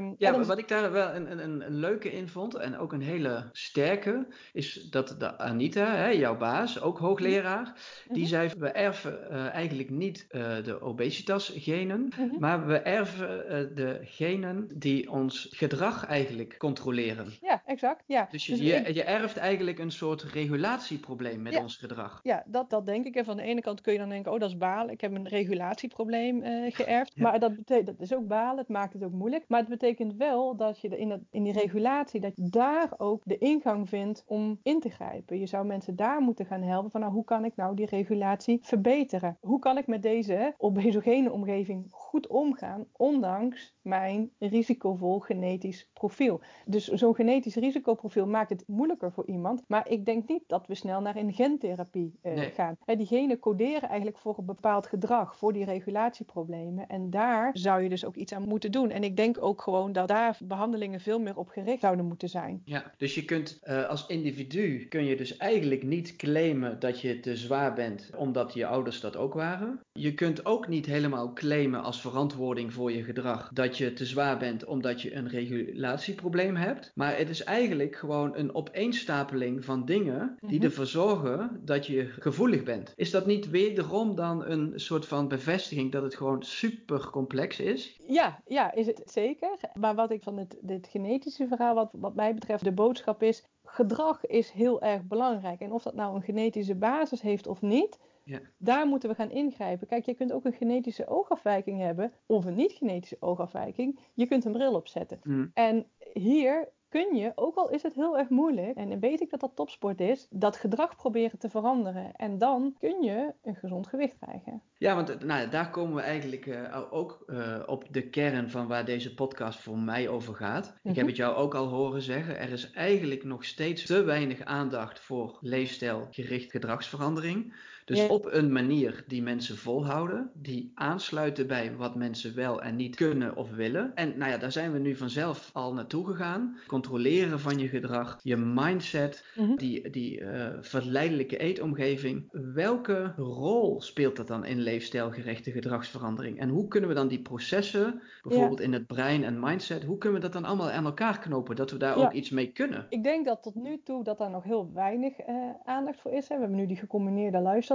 Wat ik daar wel een leuke in vond en ook een hele sterke, is dat de Anita, jouw baas, ook hoogleraar, die zei we erven eigenlijk niet de obesitas-genen, maar we erven de genen die ons gedrag eigenlijk controleren. Ja, exact. Ja. Dus je erft eigenlijk een soort regulatieprobleem met ons gedrag. Ja, dat denk ik. En van de ene kant kun je dan denken, oh dat is balen, ik heb een regulatieprobleem geërfd. Maar dat is ook balen, het maakt het ook moeilijk. Maar het betekent wel dat je in die regulatie, dat je daar ook de ingang vindt om in te grijpen. Je zou mensen daar moeten gaan helpen van hoe kan ik nou die regulatie verbeteren? Hoe kan ik met deze obesogene omgeving goed omgaan, ondanks mijn risicovol genetisch profiel? Dus zo'n genetisch risicoprofiel maakt het moeilijker voor iemand. Maar ik denk niet dat we snel naar een gentherapie gaan. Die genen coderen eigenlijk voor een bepaald gedrag, voor die regulatieproblemen. En daar zou je dus ook iets aan moeten doen. En ik denk ook gewoon dat daar behandelingen veel meer op gericht zouden moeten zijn. Ja, dus je kunt als individu kun je dus eigenlijk niet claimen dat je te zwaar bent, omdat je ouders dat ook waren. Je kunt ook niet helemaal claimen als verantwoording voor je gedrag dat je te zwaar bent omdat je een regulatieprobleem hebt. Maar het is eigenlijk gewoon een opeenstapeling van dingen die ervoor zorgen dat je gevoelig bent. Is dat niet wederom dan een soort van bevestiging dat het gewoon super complex is? Ja, is het zeker. Maar wat ik van dit genetische verhaal, wat mij betreft de boodschap is, gedrag is heel erg belangrijk. En of dat nou een genetische basis heeft of niet, daar moeten we gaan ingrijpen. Kijk, je kunt ook een genetische oogafwijking hebben of een niet-genetische oogafwijking. Je kunt een bril opzetten. En hier kun je, ook al is het heel erg moeilijk, en dan weet ik dat dat topsport is, dat gedrag proberen te veranderen. En dan kun je een gezond gewicht krijgen. Ja, want daar komen we eigenlijk ook op de kern van waar deze podcast voor mij over gaat. Ik heb het jou ook al horen zeggen, er is eigenlijk nog steeds te weinig aandacht voor leefstijlgericht gedragsverandering. Dus op een manier die mensen volhouden, die aansluiten bij wat mensen wel en niet kunnen of willen. En daar zijn we nu vanzelf al naartoe gegaan. Controleren van je gedrag, je mindset, die verleidelijke eetomgeving. Welke rol speelt dat dan in leefstijlgerichte gedragsverandering? En hoe kunnen we dan die processen, bijvoorbeeld in het brein en mindset, hoe kunnen we dat dan allemaal aan elkaar knopen, dat we daar ook iets mee kunnen? Ik denk dat tot nu toe dat daar nog heel weinig aandacht voor is. We hebben nu die gecombineerde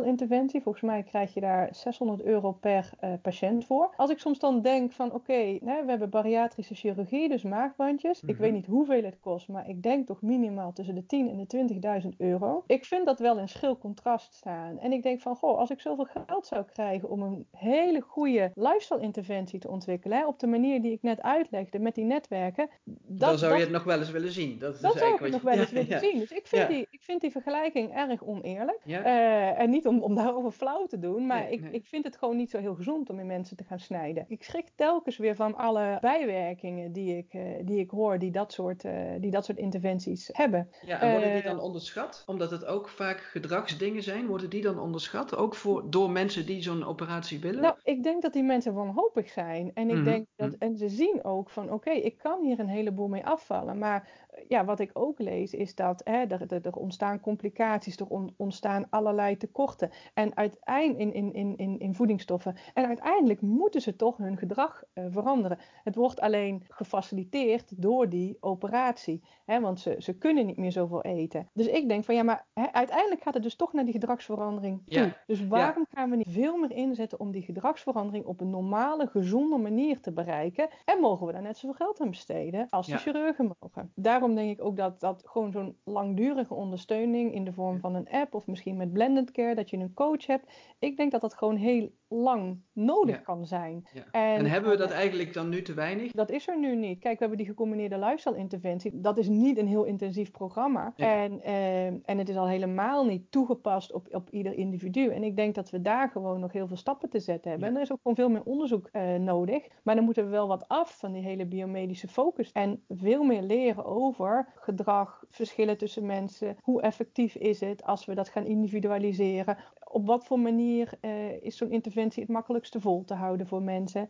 lifestyle-interventie. Volgens mij krijg je daar €600 per patiënt voor. Als ik soms dan denk van oké, we hebben bariatrische chirurgie, dus maagbandjes. Ik weet niet hoeveel het kost, maar ik denk toch minimaal tussen de 10 en de €20.000. Ik vind dat wel in schril contrast staan. En ik denk van, als ik zoveel geld zou krijgen om een hele goede lifestyle-interventie te ontwikkelen, op de manier die ik net uitlegde met die netwerken. Dan zou je het nog wel eens willen zien. Dat zou ik het nog wel eens willen zien. Dus ik vind die vergelijking erg oneerlijk. Ja. En niet om daarover flauw te doen, maar Nee. Ik vind het gewoon niet zo heel gezond om in mensen te gaan snijden. Ik schrik telkens weer van alle bijwerkingen die ik hoor, die dat soort interventies hebben. Ja, en worden die dan onderschat? Omdat het ook vaak gedragsdingen zijn, worden die dan onderschat? Ook door mensen die zo'n operatie willen? Nou, ik denk dat die mensen wanhopig zijn. En ik denk en ze zien ook van oké, ik kan hier een heleboel mee afvallen. Maar wat ik ook lees is dat er ontstaan complicaties, er ontstaan allerlei tekorten. En uiteindelijk in voedingsstoffen. En uiteindelijk moeten ze toch hun gedrag veranderen. Het wordt alleen gefaciliteerd door die operatie. Want ze kunnen niet meer zoveel eten. Dus ik denk van maar uiteindelijk gaat het dus toch naar die gedragsverandering toe. Ja. Dus waarom gaan we niet veel meer inzetten om die gedragsverandering op een normale, gezonde manier te bereiken? En mogen we daar net zoveel geld aan besteden als de chirurgen mogen? Daarom denk ik ook dat gewoon zo'n langdurige ondersteuning in de vorm van een app of misschien met blended care, dat je een coach hebt. Ik denk dat dat gewoon heel lang nodig kan zijn. Ja. En hebben we dat eigenlijk eigenlijk dan nu te weinig? Dat is er nu niet. Kijk, we hebben die gecombineerde lifestyle-interventie. Dat is niet een heel intensief programma. Nee. En het is al helemaal niet toegepast op ieder individu. En ik denk dat we daar gewoon nog heel veel stappen te zetten hebben. En er is ook gewoon veel meer onderzoek nodig. Maar dan moeten we wel wat af van die hele biomedische focus. En veel meer leren over gedrag, verschillen tussen mensen. Hoe effectief is het als we dat gaan individualiseren? Op wat voor manier is zo'n interventie het makkelijkste vol te houden voor mensen?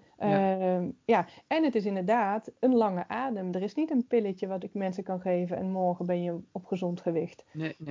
En het is inderdaad een lange adem. Er is niet een pilletje wat ik mensen kan geven en morgen ben je op gezond gewicht.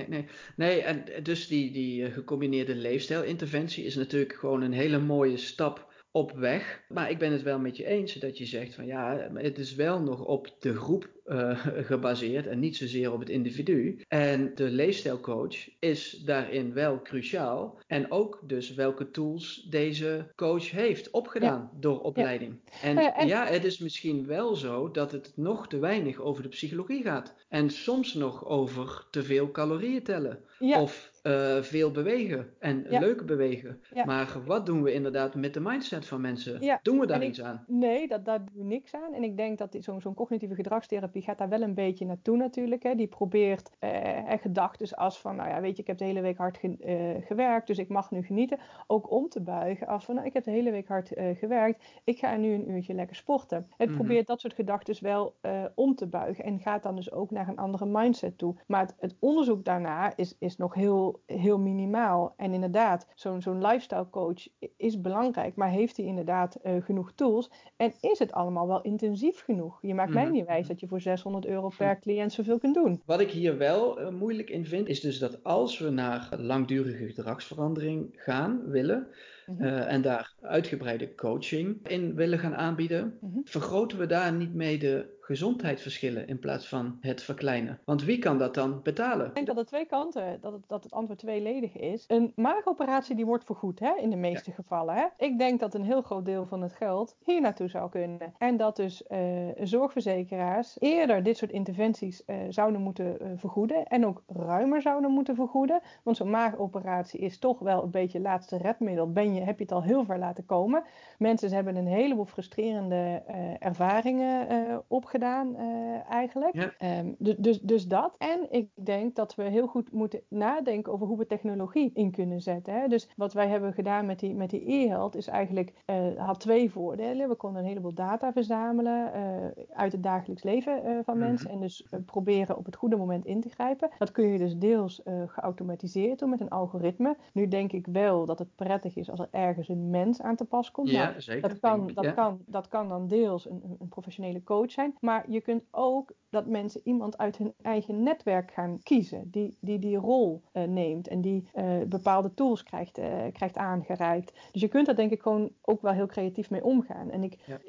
Nee, en dus die gecombineerde leefstijlinterventie is natuurlijk gewoon een hele mooie stap op weg. Maar ik ben het wel met je eens dat je zegt van het is wel nog op de groep gebaseerd en niet zozeer op het individu. En de leefstijlcoach is daarin wel cruciaal. En ook dus welke tools deze coach heeft opgedaan door opleiding. Ja. En het is misschien wel zo dat het nog te weinig over de psychologie gaat. En soms nog over te veel calorieën tellen. Ja. Of veel bewegen en leuk bewegen. Ja. Maar wat doen we inderdaad met de mindset van mensen? Ja. Doen we daar iets aan? Nee, daar doen we niks aan. En ik denk dat zo'n cognitieve gedragstherapie gaat daar wel een beetje naartoe natuurlijk. Hè. Die probeert gedachten als van, ik heb de hele week hard gewerkt, dus ik mag nu genieten. Ook om te buigen als van, ik heb de hele week hard gewerkt, ik ga nu een uurtje lekker sporten. Het probeert dat soort gedachten wel om te buigen en gaat dan dus ook naar een andere mindset toe. Maar het onderzoek daarna is nog heel minimaal. En inderdaad, zo'n lifestyle coach is belangrijk, maar heeft hij inderdaad genoeg tools? En is het allemaal wel intensief genoeg? Je maakt mij niet wijs dat je voor €600 per cliënt zoveel kunt doen. Wat ik hier wel moeilijk in vind, is dus dat als we naar langdurige gedragsverandering willen, en daar uitgebreide coaching in willen gaan aanbieden, vergroten we daar niet mee de gezondheidsverschillen in plaats van het verkleinen. Want wie kan dat dan betalen? Ik denk dat er twee kanten, dat het antwoord tweeledig is. Een maagoperatie die wordt vergoed, in de meeste gevallen. Hè? Ik denk dat een heel groot deel van het geld hier naartoe zou kunnen. En dat dus zorgverzekeraars eerder dit soort interventies zouden moeten vergoeden. En ook ruimer zouden moeten vergoeden. Want zo'n maagoperatie is toch wel een beetje het laatste redmiddel. Heb je het al heel ver laten komen. Mensen hebben een heleboel frustrerende ervaringen opgedaan eigenlijk. Ja. Dus dat. En ik denk dat we heel goed moeten nadenken over hoe we technologie in kunnen zetten. Hè? Dus wat wij hebben gedaan met die e-health is eigenlijk, had twee voordelen. We konden een heleboel data verzamelen uit het dagelijks leven van mensen. En dus proberen op het goede moment in te grijpen. Dat kun je dus deels geautomatiseerd doen met een algoritme. Nu denk ik wel dat het prettig is als er ergens een mens aan te pas komt. Ja, zeker. Dat kan dan deels een professionele coach zijn. Maar je kunt ook dat mensen iemand uit hun eigen netwerk gaan kiezen. Die rol neemt en die bepaalde tools krijgt aangereikt. Dus je kunt daar denk ik gewoon ook wel heel creatief mee omgaan. En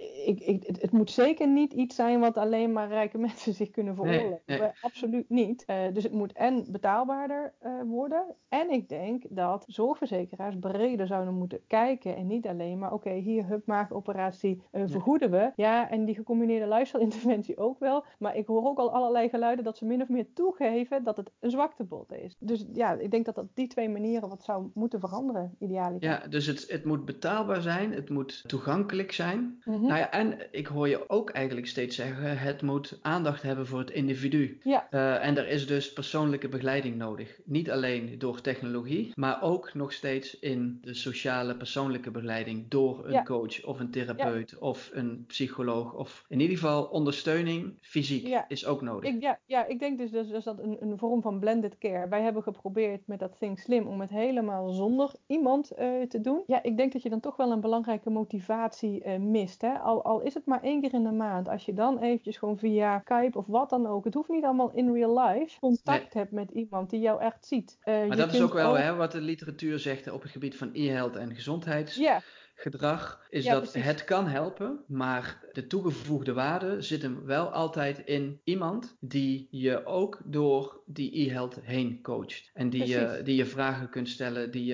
het moet zeker niet iets zijn wat alleen maar rijke mensen zich kunnen veroorloven. Nee. Absoluut niet. Dus het moet en betaalbaarder worden. En ik denk dat zorgverzekeraars breder zouden moeten kijken. En niet alleen maar, oké, hier maagoperatie vergoeden we. Ja, en die gecombineerde lifestyle-interventie ook wel. Maar ik hoor ook al allerlei geluiden dat ze min of meer toegeven dat het een zwaktebod is. Dus ja, ik denk dat die twee manieren wat zou moeten veranderen, idealiter. Ja, dus het moet betaalbaar zijn, het moet toegankelijk zijn. Mm-hmm. Nou ja, en ik hoor je ook eigenlijk steeds zeggen, het moet aandacht hebben voor het individu. Ja. En er is dus persoonlijke begeleiding nodig. Niet alleen door technologie, maar ook nog steeds in de sociale persoonlijke begeleiding door een coach of een therapeut of een psycholoog. Of in ieder geval ondersteuning fysiek is ook nodig. Ik denk dus dat een vorm van blended care. Wij hebben geprobeerd met dat Think Slim om het helemaal zonder iemand te doen. Ja, ik denk dat je dan toch wel een belangrijke motivatie mist. Hè? Al is het maar 1 keer in de maand. Als je dan eventjes gewoon via Skype of wat dan ook. Het hoeft niet allemaal in real life. Contact hebt met iemand die jou echt ziet. Maar dat is ook wel hè, wat de literatuur zegt op het gebied van e-health en gezondheidsgedrag. Is dat precies. Het kan helpen, maar de toegevoegde waarde zit hem wel altijd in iemand die je ook door die e-health heen coacht. En die je vragen kunt stellen, die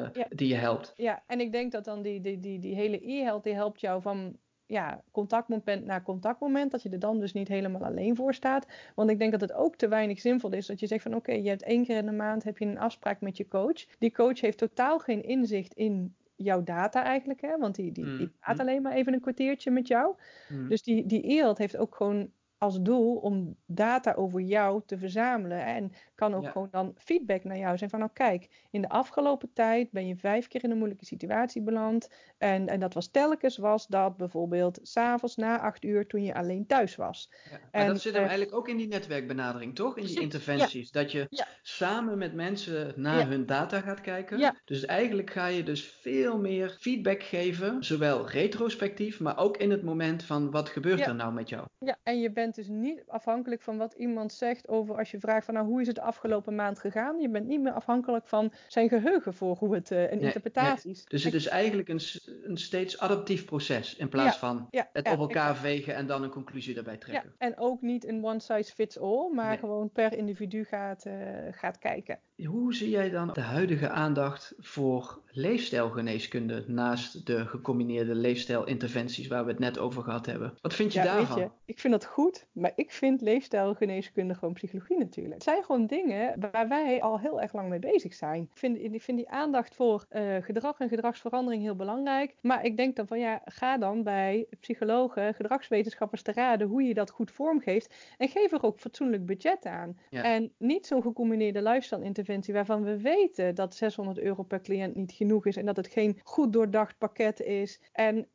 je helpt. Ja, en ik denk dat dan die hele e-health die helpt jou van contactmoment naar contactmoment, dat je er dan dus niet helemaal alleen voor staat. Want ik denk dat het ook te weinig zinvol is dat je zegt van oké, je hebt 1 keer in de maand heb je een afspraak met je coach. Die coach heeft totaal geen inzicht in jouw data eigenlijk, hè? Want die praat alleen maar even een kwartiertje met jou. Dus die e-health heeft ook gewoon als doel om data over jou te verzamelen. En kan ook gewoon dan feedback naar jou zijn van, nou kijk, in de afgelopen tijd ben je 5 keer in een moeilijke situatie beland. En dat was dat bijvoorbeeld 's avonds na 8 uur toen je alleen thuis was. Ja, maar dat zit hem eigenlijk ook in die netwerkbenadering, toch? In die interventies. Dat je samen met mensen naar hun data gaat kijken. Ja. Dus eigenlijk ga je dus veel meer feedback geven. Zowel retrospectief, maar ook in het moment van wat gebeurt er nou met jou. Ja, en je bent dus niet afhankelijk van wat iemand zegt over als je vraagt van nou hoe is het de afgelopen maand gegaan. Je bent niet meer afhankelijk van zijn geheugen voor hoe het interpretaties. Nee. Dus het is eigenlijk een steeds adaptief proces in plaats van het op elkaar vegen en dan een conclusie daarbij trekken. Ja, en ook niet een one size fits all, maar gewoon per individu gaat kijken. Hoe zie jij dan de huidige aandacht voor leefstijlgeneeskunde naast de gecombineerde leefstijlinterventies waar we het net over gehad hebben? Wat vind je daarvan? Weet je, ik vind dat goed, maar ik vind leefstijlgeneeskunde gewoon psychologie natuurlijk. Het zijn gewoon dingen waar wij al heel erg lang mee bezig zijn. Ik vind die aandacht voor gedrag en gedragsverandering heel belangrijk. Maar ik denk dan van ga dan bij psychologen, gedragswetenschappers te raden hoe je dat goed vormgeeft. En geef er ook fatsoenlijk budget aan. Ja. En niet zo'n gecombineerde lifestyle-interventie waarvan we weten dat €600 per cliënt niet genoeg is. En dat het geen goed doordacht pakket is. En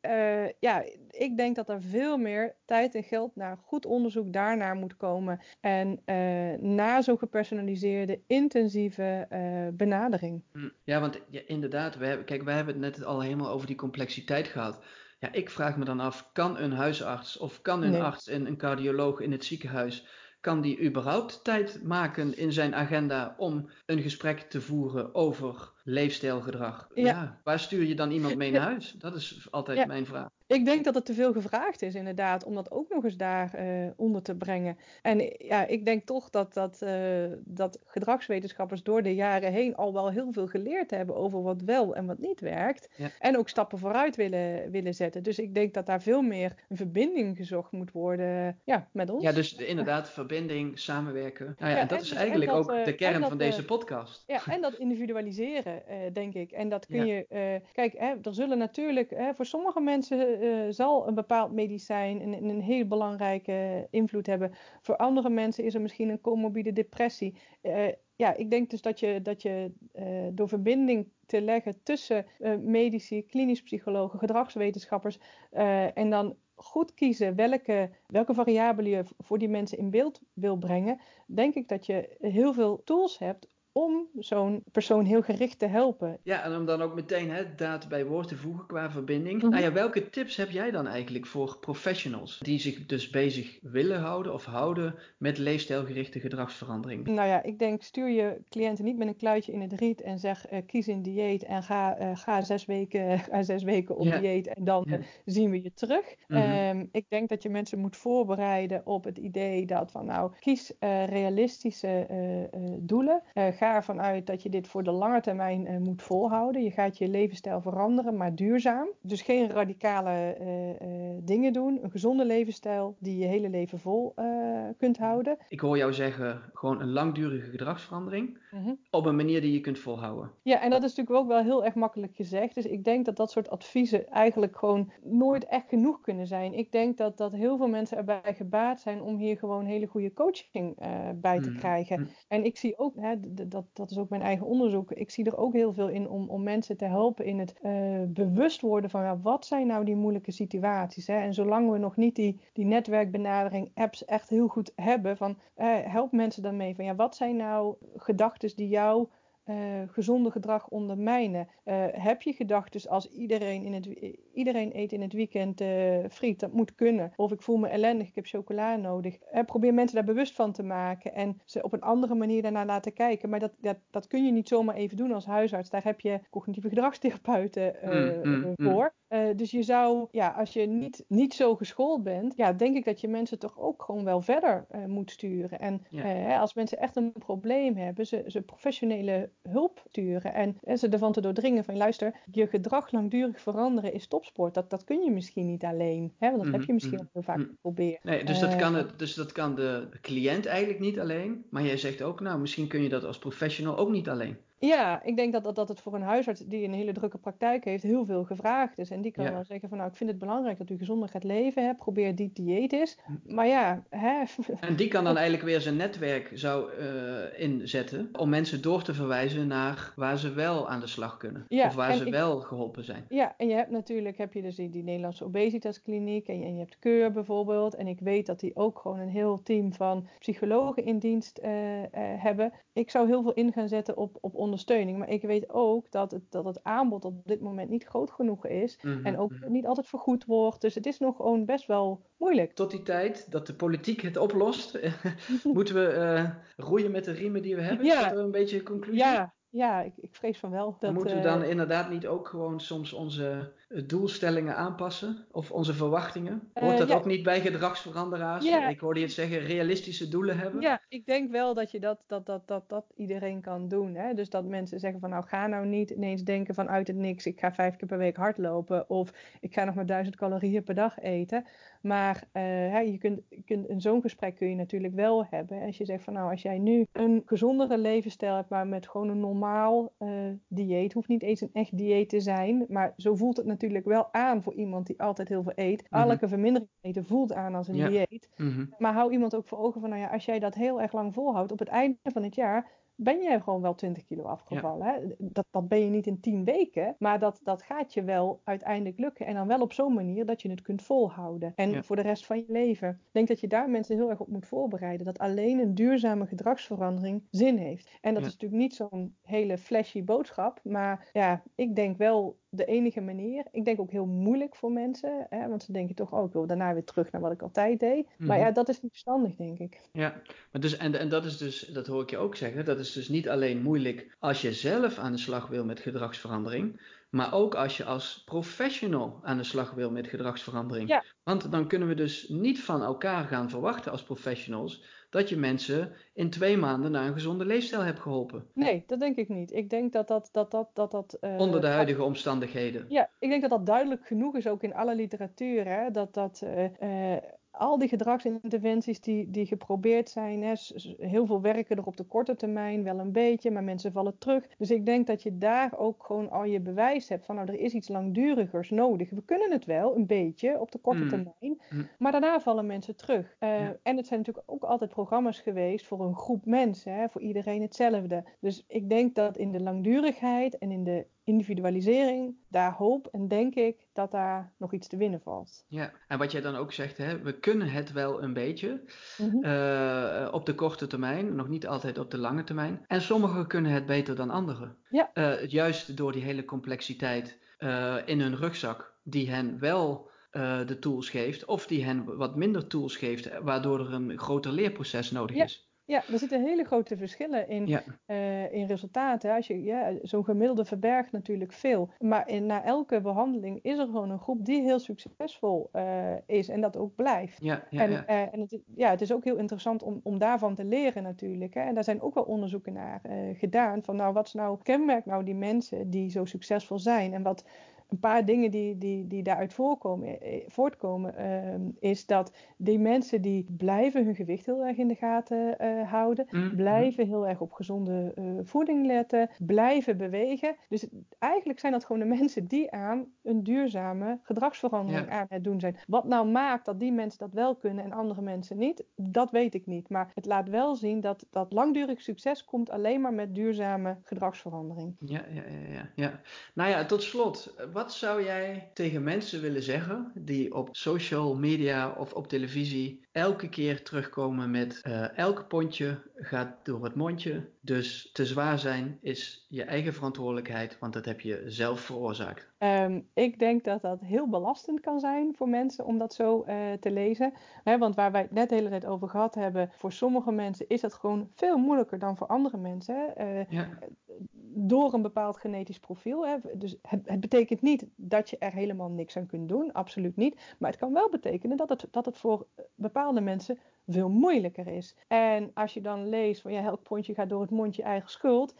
ik denk dat er veel meer tijd en geld naar goed onderzoek daarnaar moet komen. En naar zo'n gepersonaliseerde, intensieve benadering. Ja, want inderdaad, wij hebben het net al helemaal over die complexiteit gehad. Ja, ik vraag me dan af, kan een huisarts of kan een arts en een cardioloog in het ziekenhuis, kan die überhaupt tijd maken in zijn agenda om een gesprek te voeren over leefstijlgedrag? Ja, waar stuur je dan iemand mee naar huis? Dat is altijd mijn vraag. Ik denk dat het te veel gevraagd is inderdaad, om dat ook nog eens daar onder te brengen. En ik denk toch dat gedragswetenschappers door de jaren heen al wel heel veel geleerd hebben over wat wel en wat niet werkt. Ja. En ook stappen vooruit willen zetten. Dus ik denk dat daar veel meer een verbinding gezocht moet worden met ons. Ja, dus inderdaad verbinding, samenwerken. Nou en dat is eigenlijk ook de kern van deze podcast. Ja, en dat individualiseren, denk ik. En dat kun je... Kijk, er zullen natuurlijk... voor sommige mensen zal een bepaald medicijn een heel belangrijke invloed hebben. Voor andere mensen is er misschien een comorbide depressie. Ik denk dus dat je door verbinding te leggen tussen medici, klinisch psychologen, gedragswetenschappers en dan goed kiezen welke variabelen je voor die mensen in beeld wil brengen, denk ik dat je heel veel tools hebt om zo'n persoon heel gericht te helpen. Ja, en om dan ook meteen daad bij woord te voegen qua verbinding. Mhm. Nou ja, welke tips heb jij dan eigenlijk voor professionals die zich dus bezig willen houden of houden met leefstijlgerichte gedragsverandering? Nou ja, ik denk, stuur je cliënten niet met een kluitje in het riet en zeg, kies een dieet en ga 6 weken op Ja, dieet en dan ja. zien we je terug. Ik denk dat je mensen moet voorbereiden op het idee dat van, nou, kies realistische doelen. Ga ervan uit dat je dit voor de lange termijn moet volhouden. Je gaat je levensstijl veranderen, maar duurzaam. Dus geen radicale dingen doen. Een gezonde levensstijl die je hele leven vol kunt houden. Ik hoor jou zeggen, gewoon een langdurige gedragsverandering Mhm. op een manier die je kunt volhouden. Ja, en dat is natuurlijk ook wel heel erg makkelijk gezegd. Dus ik denk dat dat soort adviezen eigenlijk gewoon nooit echt genoeg kunnen zijn. Ik denk dat heel veel mensen erbij gebaat zijn om hier gewoon hele goede coaching bij te krijgen. En ik zie ook, dat is ook mijn eigen onderzoek, ik zie er ook heel veel in om mensen te helpen in het bewust worden van, ja, wat zijn nou die moeilijke situaties. Hè? En zolang we nog niet die netwerkbenadering apps echt heel goed hebben, van help mensen daarmee van, ja, wat zijn nou gedachten die jou gezonde gedrag ondermijnen. Heb je gedachten als iedereen eet in het weekend friet, dat moet kunnen. Of ik voel me ellendig, ik heb chocola nodig. Probeer mensen daar bewust van te maken en ze op een andere manier daarna laten kijken. Maar dat kun je niet zomaar even doen als huisarts. Daar heb je cognitieve gedragstherapeuten voor. Dus je zou, ja, als je niet zo geschoold bent, ja, denk ik dat je mensen toch ook gewoon wel verder moet sturen. En als mensen echt een probleem hebben, ze professionele hulp sturen en ze ervan te doordringen van, luister, je gedrag langdurig veranderen is topsport. Dat kun je misschien niet alleen, hè, want dat heb je misschien al heel vaak geprobeerd. Nee, dus dat kan de cliënt eigenlijk niet alleen. Maar jij zegt ook, nou, misschien kun je dat als professional ook niet alleen. Ja, ik denk dat het voor een huisarts die een hele drukke praktijk heeft heel veel gevraagd is. En die kan wel zeggen van, nou, ik vind het belangrijk dat u gezonder gaat leven. Hè. Probeer die dieet eens. Maar ja, hè. En die kan dan eigenlijk weer zijn netwerk inzetten om mensen door te verwijzen naar waar ze wel aan de slag kunnen. Ja, of waar ze wel geholpen zijn. Ja, en heb je dus die Nederlandse obesitaskliniek en je hebt Keur bijvoorbeeld. En ik weet dat die ook gewoon een heel team van psychologen in dienst hebben. Ik zou heel veel in gaan zetten op ondersteuning. Maar ik weet ook dat het aanbod op dit moment niet groot genoeg is. En ook niet altijd vergoed wordt. Dus het is nog gewoon best wel moeilijk. Tot die tijd dat de politiek het oplost, moeten we roeien met de riemen die we hebben. Is dat een beetje de conclusie? Ja, ik vrees van wel. Maar moeten we dan inderdaad niet ook gewoon soms onze doelstellingen aanpassen? Of onze verwachtingen? Hoort dat ook niet bij gedragsveranderaars? Ja. Ik hoorde je het zeggen, realistische doelen hebben. Ja, ik denk wel dat je dat iedereen kan doen. Hè? Dus dat mensen zeggen van, nou, ga nou niet ineens denken van uit het niks, ik ga 5 keer per week hardlopen of ik ga nog maar 1000 calorieën per dag eten. Maar je kunt in zo'n gesprek kun je natuurlijk wel hebben. Als je zegt van, nou, als jij nu een gezondere levensstijl hebt, maar met gewoon een normaal dieet, hoeft niet eens een echt dieet te zijn, maar zo voelt het natuurlijk wel aan voor iemand die altijd heel veel eet. Elke vermindering eten voelt aan als een dieet. Maar hou iemand ook voor ogen van, nou ja, als jij dat heel erg lang volhoudt, op het einde van het jaar ben jij gewoon wel 20 kilo afgevallen. Ja. Hè? Dat ben je niet in 10 weken, maar dat gaat je wel uiteindelijk lukken. En dan wel op zo'n manier dat je het kunt volhouden. En voor de rest van je leven. Ik denk dat je daar mensen heel erg op moet voorbereiden. Dat alleen een duurzame gedragsverandering zin heeft. En dat is natuurlijk niet zo'n hele flashy boodschap. Maar ja, ik denk wel de enige manier. Ik denk ook heel moeilijk voor mensen. Hè? Want ze denken toch, ik wil daarna weer terug naar wat ik altijd deed. Maar ja, dat is niet verstandig, denk ik. Ja, maar dus, en dat is dus, dat hoor ik je ook zeggen, dat is dus niet alleen moeilijk als je zelf aan de slag wil met gedragsverandering, maar ook als je als professional aan de slag wil met gedragsverandering. Ja. Want dan kunnen we dus niet van elkaar gaan verwachten als professionals dat je mensen in 2 maanden naar een gezonde leefstijl hebt geholpen. Nee, dat denk ik niet. Ik denk dat onder de huidige omstandigheden. Ja, ik denk dat duidelijk genoeg is ook in alle literatuur. Hè? Al die gedragsinterventies die geprobeerd zijn, hè, heel veel werken er op de korte termijn wel een beetje, maar mensen vallen terug. Dus ik denk dat je daar ook gewoon al je bewijs hebt van, nou, er is iets langdurigers nodig. We kunnen het wel een beetje op de korte termijn, maar daarna vallen mensen terug. En het zijn natuurlijk ook altijd programma's geweest voor een groep mensen, hè, voor iedereen hetzelfde. Dus ik denk dat in de langdurigheid en in de individualisering, daar hoop en denk ik dat daar nog iets te winnen valt. Ja, en wat jij dan ook zegt, hè, we kunnen het wel een beetje op de korte termijn, nog niet altijd op de lange termijn. En sommigen kunnen het beter dan anderen. Ja. Juist door die hele complexiteit in hun rugzak, die hen wel de tools geeft, of die hen wat minder tools geeft, waardoor er een groter leerproces nodig is. Ja, er zitten hele grote verschillen in resultaten. Als je, zo'n gemiddelde verbergt natuurlijk veel. Maar na elke behandeling is er gewoon een groep die heel succesvol is en dat ook blijft. Het is ook heel interessant om daarvan te leren natuurlijk. Hè. En daar zijn ook wel onderzoeken naar gedaan. Van wat kenmerkt nou die mensen die zo succesvol zijn? En wat een paar dingen die daaruit voortkomen is dat die mensen die blijven hun gewicht heel erg in de gaten houden, blijven heel erg op gezonde voeding letten, blijven bewegen. Dus eigenlijk zijn dat gewoon de mensen die aan een duurzame gedragsverandering aan het doen zijn. Wat nou maakt dat die mensen dat wel kunnen en andere mensen niet, dat weet ik niet. Maar het laat wel zien dat langdurig succes komt alleen maar met duurzame gedragsverandering. Ja. Nou ja, tot slot, wat zou jij tegen mensen willen zeggen die op social media of op televisie elke keer terugkomen met elk pondje gaat door het mondje, dus te zwaar zijn is je eigen verantwoordelijkheid, want dat heb je zelf veroorzaakt? Ik denk dat dat heel belastend kan zijn voor mensen om dat zo te lezen. Want waar wij het net de hele tijd over gehad hebben, voor sommige mensen is dat gewoon veel moeilijker dan voor andere mensen. Door een bepaald genetisch profiel. Dus het betekent niet dat je er helemaal niks aan kunt doen, absoluut niet. Maar het kan wel betekenen dat het voor bepaalde mensen veel moeilijker is. En als je dan leest van elk pondje gaat door het mondje eigen schuld.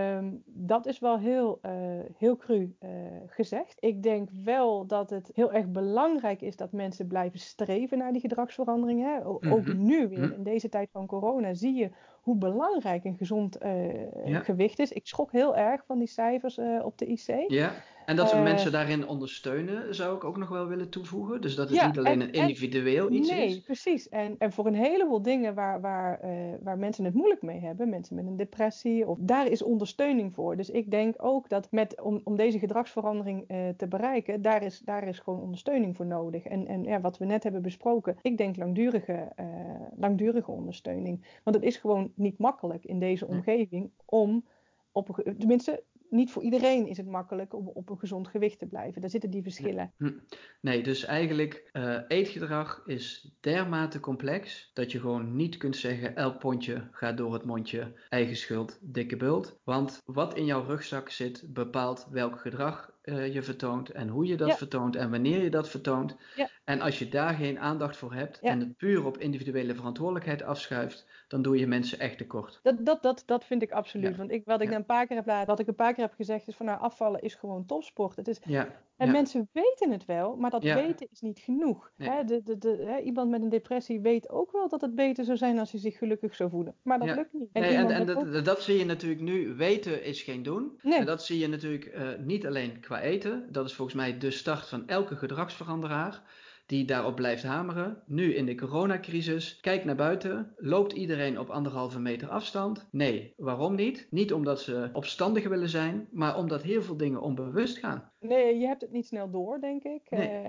Dat is wel heel cru gezegd. Ik denk wel dat het heel erg belangrijk is dat mensen blijven streven naar die gedragsverandering. Hè. Ook nu weer, in deze tijd van corona, zie je hoe belangrijk een gezond gewicht is. Ik schrok heel erg van die cijfers op de IC. Ja, en dat we mensen daarin ondersteunen, zou ik ook nog wel willen toevoegen. Dus dat het niet alleen een individueel iets is. Nee, precies. En voor een heleboel dingen waar mensen het moeilijk mee hebben, mensen met een depressie, of daar is ondersteuning voor. Dus ik denk ook dat om deze gedragsverandering te bereiken, daar is gewoon ondersteuning voor nodig. En wat we net hebben besproken, ik denk langdurige ondersteuning. Want het is gewoon niet makkelijk in deze omgeving om tenminste, niet voor iedereen is het makkelijk om op een gezond gewicht te blijven. Daar zitten die verschillen. Nee, dus eigenlijk eetgedrag is dermate complex dat je gewoon niet kunt zeggen elk pondje gaat door het mondje, eigen schuld, dikke bult. Want wat in jouw rugzak zit bepaalt welk gedrag je vertoont en hoe je dat vertoont en wanneer je dat vertoont. Ja. En als je daar geen aandacht voor hebt en het puur op individuele verantwoordelijkheid afschuift, dan doe je mensen echt tekort. Dat vind ik absoluut. Ja. Want wat ik een paar keer heb gezegd is van afvallen is gewoon topsport. Het is, mensen weten het wel, maar dat weten is niet genoeg. Nee. Iemand met een depressie weet ook wel dat het beter zou zijn als hij zich gelukkig zou voelen. Maar dat lukt niet. Dat zie je natuurlijk nu. Weten is geen doen. Nee. En dat zie je natuurlijk niet alleen qua eten. Dat is volgens mij de start van elke gedragsveranderaar die daarop blijft hameren. Nu in de coronacrisis, kijk naar buiten. Loopt iedereen op 1,5 meter afstand? Nee. Waarom niet? Niet omdat ze opstandig willen zijn, maar omdat heel veel dingen onbewust gaan. Nee, je hebt het niet snel door, denk ik. Nee.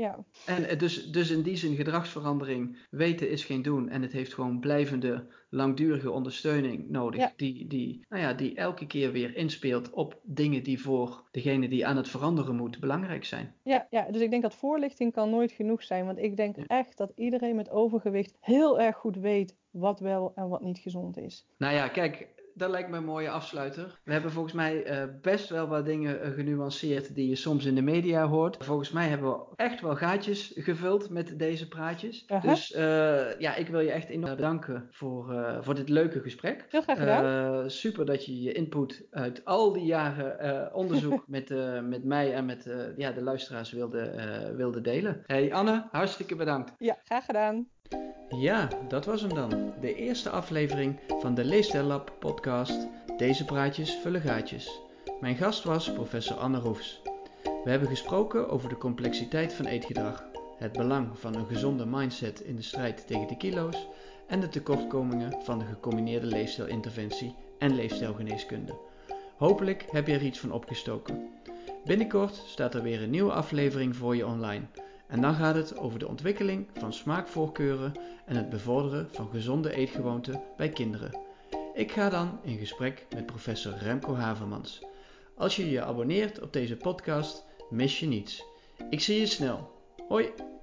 En dus in die zin gedragsverandering, weten is geen doen. En het heeft gewoon blijvende, langdurige ondersteuning nodig. Ja. Die elke keer weer inspeelt op dingen die voor degene die aan het veranderen moet belangrijk zijn. Ja, dus ik denk dat voorlichting kan nooit genoeg zijn. Want ik denk echt dat iedereen met overgewicht heel erg goed weet wat wel en wat niet gezond is. Nou ja, kijk, dat lijkt me een mooie afsluiter. We hebben volgens mij best wel wat dingen genuanceerd die je soms in de media hoort. Volgens mij hebben we echt wel gaatjes gevuld met deze praatjes. Dus ik wil je echt enorm bedanken voor dit leuke gesprek. Heel graag gedaan. Super dat je je input uit al die jaren onderzoek met mij en met de luisteraars wilde delen. Hey Anne, hartstikke bedankt. Ja, graag gedaan. Ja, dat was hem dan. De eerste aflevering van de Leefstijl Lab podcast. Deze praatjes vullen gaatjes. Mijn gast was professor Anne Roefs. We hebben gesproken over de complexiteit van eetgedrag, het belang van een gezonde mindset in de strijd tegen de kilo's en de tekortkomingen van de gecombineerde leefstijlinterventie en leefstijlgeneeskunde. Hopelijk heb je er iets van opgestoken. Binnenkort staat er weer een nieuwe aflevering voor je online. En dan gaat het over de ontwikkeling van smaakvoorkeuren en het bevorderen van gezonde eetgewoonten bij kinderen. Ik ga dan in gesprek met professor Remco Havermans. Als je je abonneert op deze podcast, mis je niets. Ik zie je snel. Hoi!